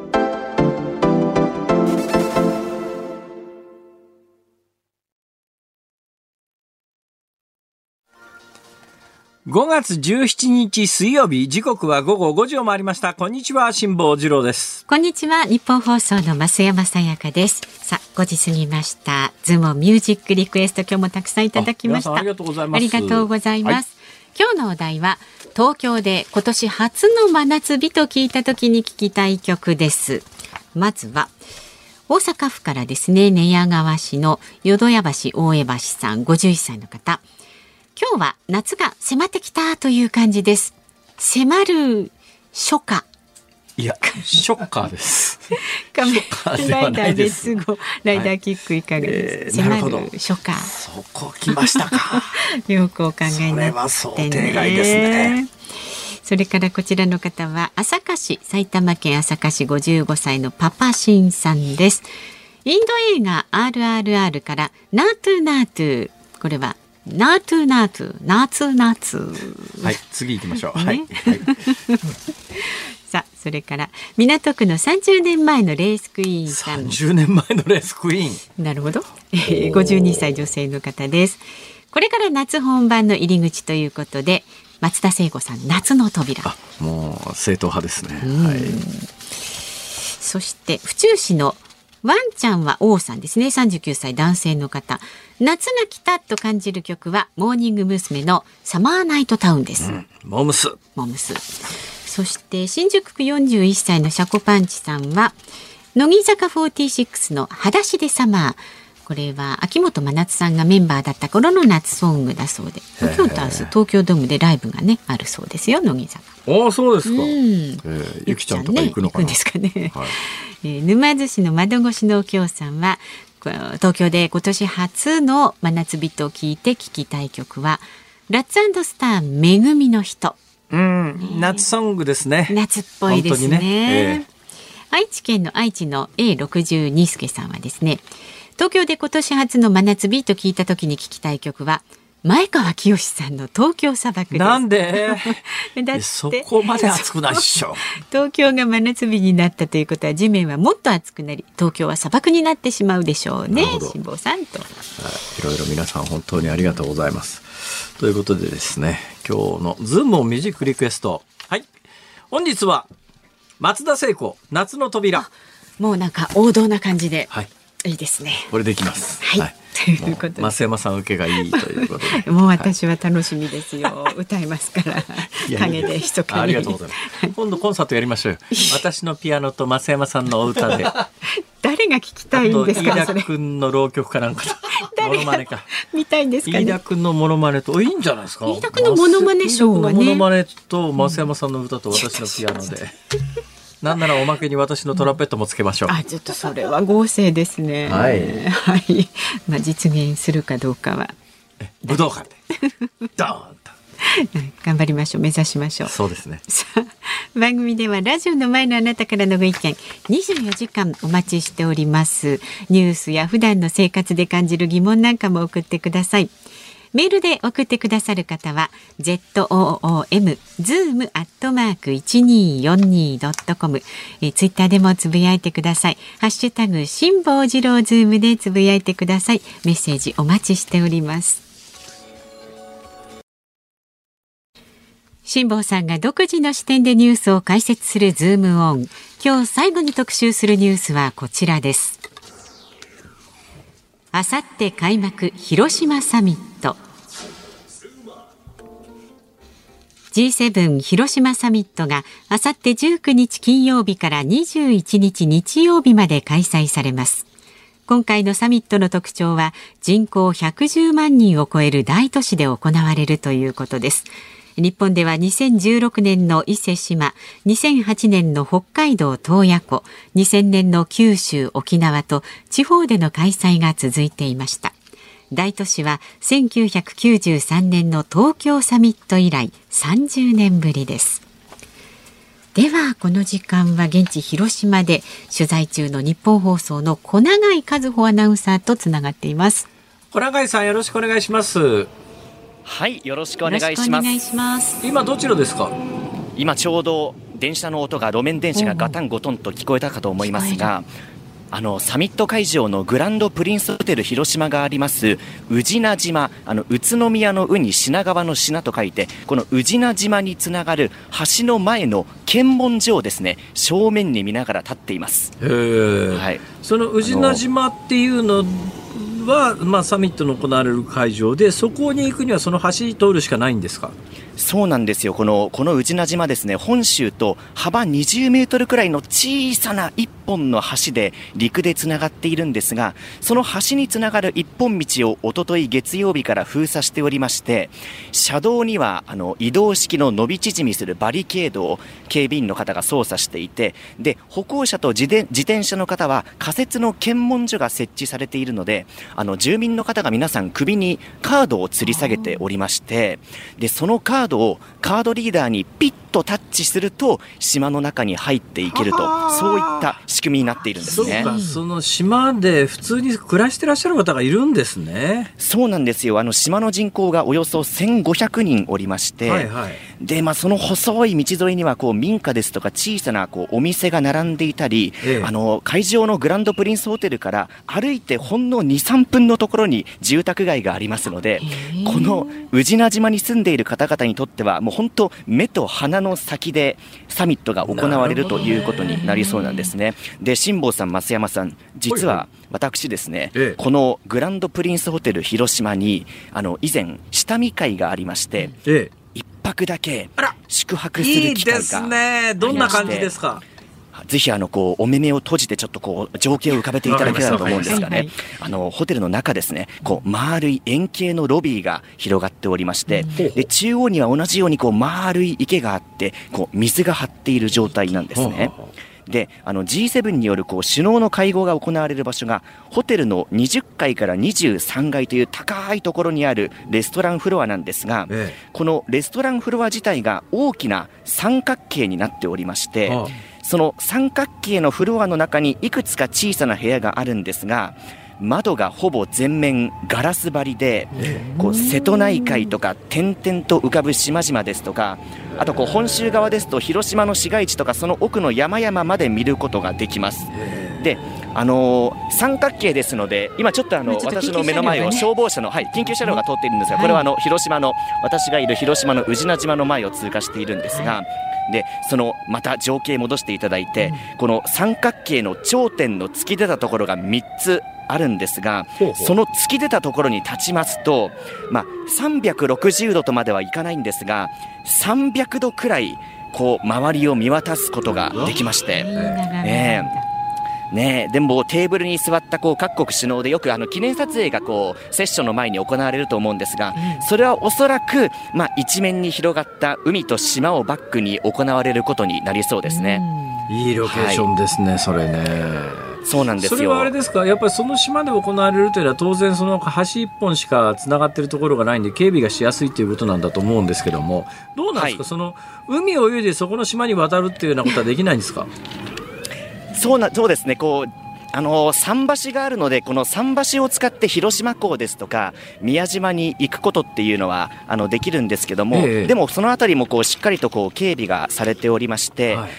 5月17日水曜日、時刻は午後5時を回りました。こんにちは、辛坊治郎です。 こんにちは、日本放送の増山さやかです。さあ、5時過ぎました。ズームミュージックリクエスト、今日もたくさんいただきました。 ありがとうございます。 ありがとうございます。今日のお題は東京で今年初の真夏日と聞いた時に聞きたい曲です。まずは大阪府からですね、寝屋川市の淀屋橋大江橋さん、51歳の方。今日は夏が迫ってきたという感じです。迫る初夏。 いや、ショッカーです。 仮面ライダーですごライダーキックいかがですか。迫る初夏。 そこ来ましたか。 よくお考えになってね。それは想定外ですね。それからこちらの方は朝霞市、埼玉県朝霞市55歳のパパシンさんです。インド映画 RRR からナートゥナートゥ、これはナートゥナートゥナーツナーツ。 はい、次行きましょう。 ね、 はい。 さあ、それから港区の30年前のレースクイーンさん。 30年前のレースクイーン。 なるほど。52歳女性の方です。これから夏本番の入り口ということで、松田聖子さん、夏の扉。 もう正統派ですね。はい。 そして府中市のワンちゃんは王さんですね、39歳男性の方。夏が来たと感じる曲はモーニング娘。のサマーナイトタウンです。 モムス。 そして新宿区41歳のシャコパンチさんは乃木坂46の裸足でサマー。これは秋元真夏さんがメンバーだった頃の夏ソングだそうで、今日と明日東京ドームでライブがねあるそうですよ、乃木坂。 そうですか。ゆきちゃんとか行くのかな。 行くんですかね。はい、沼津市の窓越しのお京さんは東京で今年初の真夏日と聞いて聞きたい曲はラッツ&スターめぐみの人。 夏ソングですね。 夏っぽいですね。愛知県の愛知の A62 助さんはですね、東京で今年初の真夏日と聞いた時に聞きたい曲は前川清さんの東京砂漠です。 なんでだってそこまで暑くないっしょ。 東京が真夏日になったということは地面はもっと暑くなり、東京は砂漠になってしまうでしょうね。辛坊さんと、 いろいろ皆さん本当にありがとうございます。ということでですね、今日のズームをミュージックリクエスト、はい、本日は松田聖子夏の扉。 もうなんか王道な感じで、 はい、 いいですね。 これでいきます。 はい、 ということで、 増山さん受けがいいということでもう私は楽しみですよ、歌いますから陰で密かに。 ありがとうございます。今度コンサートやりましょうよ。私のピアノと増山さんのお歌で誰が聞きたいんですか。 飯田君の浪曲かなんかとモノマネか見たいんですかね。 飯田君のモノマネといいんじゃないですか。 飯田君のモノマネショーはね、 飯田君のモノマネと増山さんの歌と私のピアノで、なんならおまけに私のトランペットもつけましょう。 あ、ちょっとそれは合成ですね。 はい、 はい、まあ、実現するかどうかは武道館でドーンと頑張りましょう。目指しましょう。 そうですね。 さあ、番組ではラジオの前のあなたからのご意見24時間お待ちしております。ニュースや普段の生活で感じる疑問なんかも送ってください。メールで送ってくださる方は zoom@1242.com、ツイッターでもつぶやいてください。ハッシュタグ辛坊治郎ズームでつぶやいてください。メッセージお待ちしております。辛坊さんが独自の視点でニュースを解説するズームオン。今日最後に特集するニュースはこちらです。あさって開幕広島サミット。G7 広島サミットがあさって19日金曜日から21日日曜日まで開催されます。今回のサミットの特徴は人口110万人を超える大都市で行われるということです。日本では2016年の伊勢志摩、2008年の北海道洞爺湖、2000年の九州沖縄と地方での開催が続いていました。大都市は1993年の東京サミット以来30年ぶりです。ではこの時間は現地広島で取材中の日本放送の小永井和穂アナウンサーとつながっています。 小永井さん、よろしくお願いします。 はい、よろしくお願いします。 今どちらですか？ 今ちょうど電車の音が、路面電車がガタンゴトンと聞こえたかと思いますが、サミット会場のグランドプリンスホテル広島があります宇品島、宇都宮の宇に品川の品と書いて、この宇品島につながる橋の前の検問所をですね、正面に見ながら立っています。 はい、その宇品島っていうのは、サミットの行われる会場で、そこに行くにはその橋通るしかないんですか？ そうなんですよ。この宇品島ですね、本州と幅20メートルくらいの小さな一本の橋で陸でつながっているんですが、その橋につながる一本道をおととい月曜日から封鎖しておりまして、車道には移動式の伸び縮みするバリケードを警備員の方が操作していて、で歩行者と自転車の方は仮設の検問所が設置されているので、住民の方が皆さん首にカードを吊り下げておりまして、でそのカードをカードリーダーにピッとタッチすると島の中に入っていけると、そういった仕組みになっているんですね。 そうか、その島で普通に暮らしてらっしゃる方がいるんですね。 そうなんですよ。島の人口がおよそ1500人おりまして、 はいはい、でその細い道沿いには民家ですとか小さなお店が並んでいたり、会場のグランドプリンスホテルから歩いてほんの 2,3 分のところに住宅街がありますので、この宇品島に住んでいる方々にとってはもう本当目と鼻の先でサミットが行われるということになりそうなんですね。で辛坊さん、増山さん、実は私ですね、このグランドプリンスホテル広島に以前下見会がありまして、一泊だけ宿泊する機会がありまして、いいですね。どんな感じですか？ ぜひお目目を閉じてちょっと情景を浮かべていただけたらと思うんですがね、ホテルの中ですね、丸い円形のロビーが広がっておりまして、で中央には同じように丸い池があって水が張っている状態なんですね。でG7 による首脳の会合が行われる場所がホテルの20階から23階という高いところにあるレストランフロアなんですが、このレストランフロア自体が大きな三角形になっておりまして、その三角形のフロアの中にいくつか小さな部屋があるんですが、窓がほぼ全面ガラス張りで、瀬戸内海とか点々と浮かぶ島々ですとか、あと本州側ですと広島の市街地とかその奥の山々まで見ることができます。で三角形ですので、今ちょっと私の目の前を消防車の、緊急車両が通っているんですが、これは広島の、私がいる広島の宇品島の前を通過しているんですが、でまた情景戻していただいて、この三角形の頂点の突き出たところが3つあるんですが、その突き出たところに立ちますと、360度とまではいかないんですが、300度くらいこう周りを見渡すことができまして、でもテーブルに座ったこう各国首脳でよく記念撮影がこうセッションの前に行われると思うんですが、それはおそらく、一面に広がった海と島をバックに行われることになりそうですね。 いいロケーションですね、それね。 そうなんですよ。 それはあれですか、やっぱりその島で行われるというのは当然その橋一本しかつながっているところがないんで警備がしやすいということなんだと思うんですけども、どうなんですか、その海を泳いでそこの島に渡るっていうようなことはできないんですか？ そうですね、こう桟橋があるので、この桟橋を使って広島港ですとか宮島に行くことっていうのはできるんですけども、でもそのあたりもこうしっかりとこう警備がされておりまして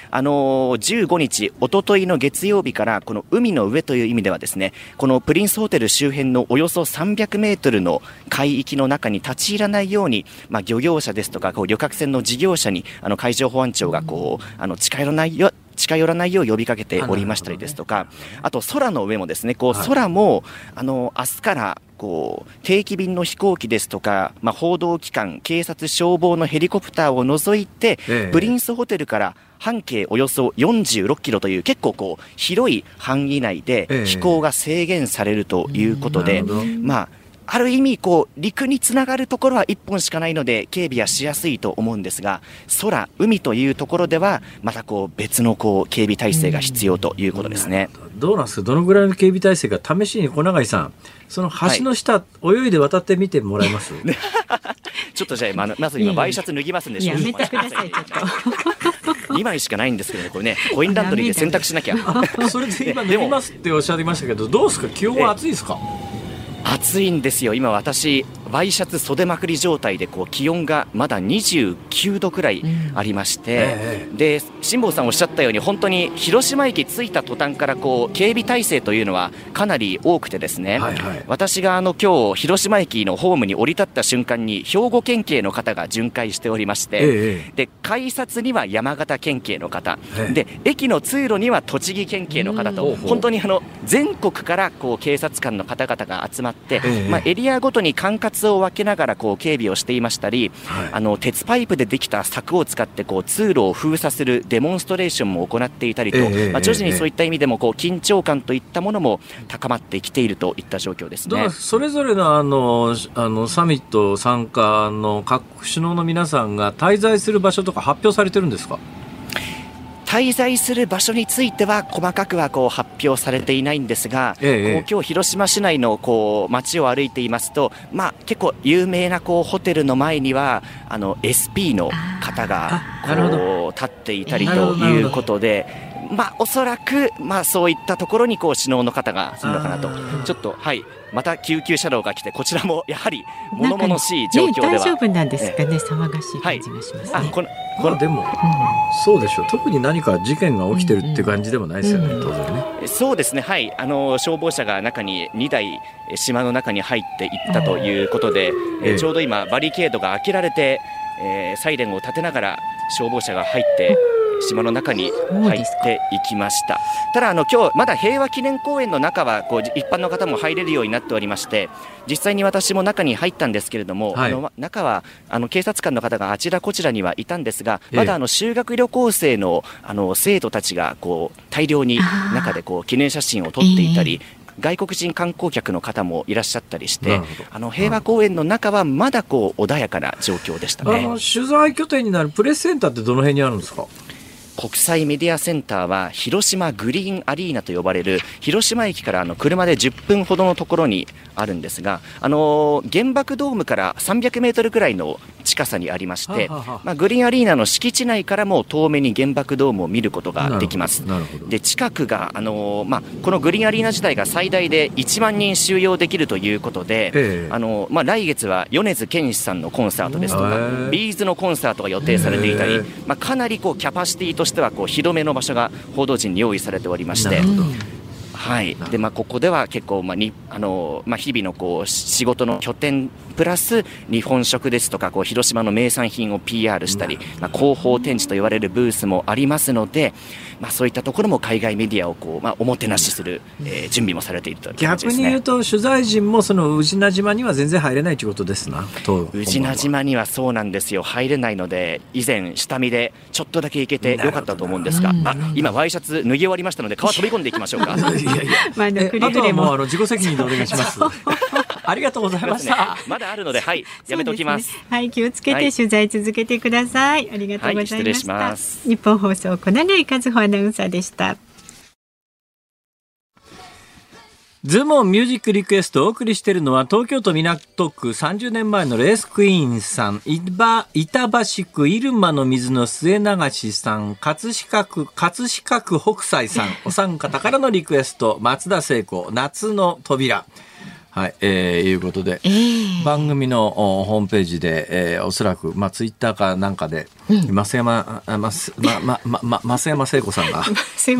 、15日おとといの月曜日からこの海の上という意味ではですね、このプリンスホテル周辺のおよそ300メートルの海域の中に立ち入らないように、漁業者ですとかこう旅客船の事業者に海上保安庁がこう近寄らないよう呼びかけておりましたりですとか、あと空の上もですね、こう空も明日からこう定期便の飛行機ですとか、報道機関、警察、消防のヘリコプターを除いて、プリンスホテルから半径およそ46キロという結構こう広い範囲内で飛行が制限されるということで、ある意味こう陸につながるところは1本しかないので警備はしやすいと思うんですが、海というところではまたこう別のこう警備体制が必要ということですね。 どうなんですか、どのぐらいの警備体制か試しに小永井さん、その橋の下、泳いで渡ってみてもらえます？ ちょっとじゃあまず今ワイシャツ脱ぎますんで、 やめてください、ちょっと 2枚しかないんですけどね、これねコインランドリーで洗濯しなきゃ。 それで今脱ぎますっておっしゃいましたけど、どうですか、気温は暑いですか？ 暑いんですよ。今私ワイシャツ袖まくり状態でこう気温がまだ29度くらいありまして、で辛坊さんおっしゃったように本当に広島駅着いた途端からこう警備体制というのはかなり多くてですね、私が今日広島駅のホームに降り立った瞬間に兵庫県警の方が巡回しておりまして、で改札には山形県警の方、で駅の通路には栃木県警の方と、本当に全国からこう警察官の方々が集まって、エリアごとに管轄を分けながらこう警備をしていましたり、鉄パイプでできた柵を使ってこう通路を封鎖するデモンストレーションも行っていたりと、徐々にそういった意味でもこう緊張感といったものも高まってきているといった状況ですね。 それぞれのサミット参加の各首脳の皆さんが滞在する場所とか発表されてるんですか？ 滞在する場所については細かくはこう発表されていないんですが、こう今日広島市内のこう街を歩いていますと、結構有名なこうホテルの前にはSP の方がこう立っていたりということで、おそらくそういったところにこう首脳の方が住むのかなと。ちょっとまた救急車両が来て、こちらもやはり物々しい状況では、 大丈夫なんですかね、騒がしい感じがしますね。 でも、そうでしょう、特に何か事件が起きてるって感じでもないですよね、当然ね。 そうですね、消防車が中に2台島の中に入っていったということで、ちょうど今バリケードが開けられて、サイレンを立てながら消防車が入って島の中に入っていきました。ただ今日まだ平和記念公園の中はこう一般の方も入れるようになっておりまして、実際に私も中に入ったんですけれども、中は警察官の方があちらこちらにはいたんですが、まだ修学旅行生の生徒たちがこう大量に中でこう記念写真を撮っていたり、外国人観光客の方もいらっしゃったりして、平和公園の中はまだこう穏やかな状況でしたね。 取材拠点になるプレスセンターってどの辺にあるんですか？ 国際メディアセンターは広島グリーンアリーナと呼ばれる広島駅から車で10分ほどのところにあるんですが、原爆ドームから300メートルくらいの近さにありまして、グリーンアリーナの敷地内からも遠目に原爆ドームを見ることができます。で近くがこのグリーンアリーナ自体が最大で1万人収容できるということで、来月は米津玄師さんのコンサートですとかビーズのコンサートが予定されていたり、かなりこうキャパシティとしてはこう広めの場所が報道陣に用意されておりまして、でここでは結構日々のこう仕事の拠点プラス日本食ですとか広島の名産品を PR したり、広報展示と言われるブースもありますので、そういったところも海外メディアをおもてなしする、準備もされているという感じですね。 逆に言うと取材陣もその宇品島には全然入れないということですな。 宇品島にはそうなんですよ、入れないので、以前下見でちょっとだけ行けてよかったと思うんですが、今ワイシャツ脱ぎ終わりましたので川飛び込んでいきましょうか。 あとはもう自己責任でお願いします。ありがとうございました。 まだあるので、やめておきます。 気をつけて取材続けてください。ありがとうございました。 失礼します。 日本放送小永井和穂アナウンサーでした。 ズモンミュージックリクエストをお送りしているのは東京都港区30年前のレースクイーンさん、板橋区入間の水の末流しさん、葛飾区北斎さん、お三方からのリクエスト、松田聖子夏の扉。いうことで、番組のホームページで、おそらく、ツイッターかなんかで、増山聖子さんが、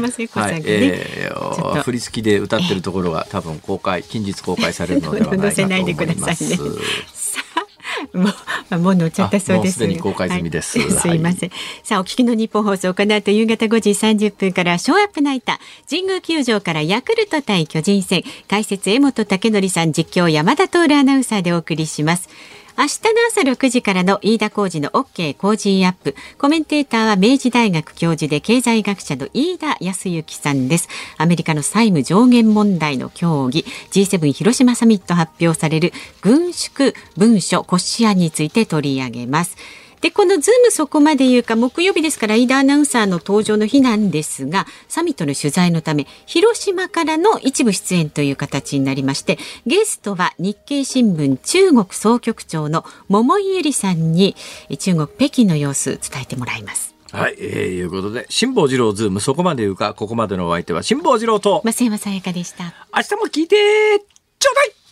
振り付きで歌ってるところが多分近日公開されるのではないかと思います。載せないでくださいね。 もう乗っちゃったそうです。 もうすでに公開済みです。 すいません。さあ、お聞きの日本放送、この後夕方5時30分からショーアップナイター、神宮球場からヤクルト対巨人戦、解説江本武則さん、実況山田徹アナウンサーでお送りします。明日の朝6時からの飯田浩司の OK 工事アップ。コメンテーターは明治大学教授で経済学者の飯田康之さんです。アメリカの債務上限問題の協議、G7 広島サミット発表される軍縮文書骨子案について取り上げます。で、このズームそこまで言うか、木曜日ですから飯田アナウンサーの登場の日なんですが、サミットの取材のため広島からの一部出演という形になりまして、ゲストは日経新聞中国総局長の桃井絵里さんに中国北京の様子伝えてもらいます。 いうことで辛坊治郎ズームそこまで言うか、ここまでのお相手は辛坊治郎と増山さやかでした。 明日も聞いてちょうだい。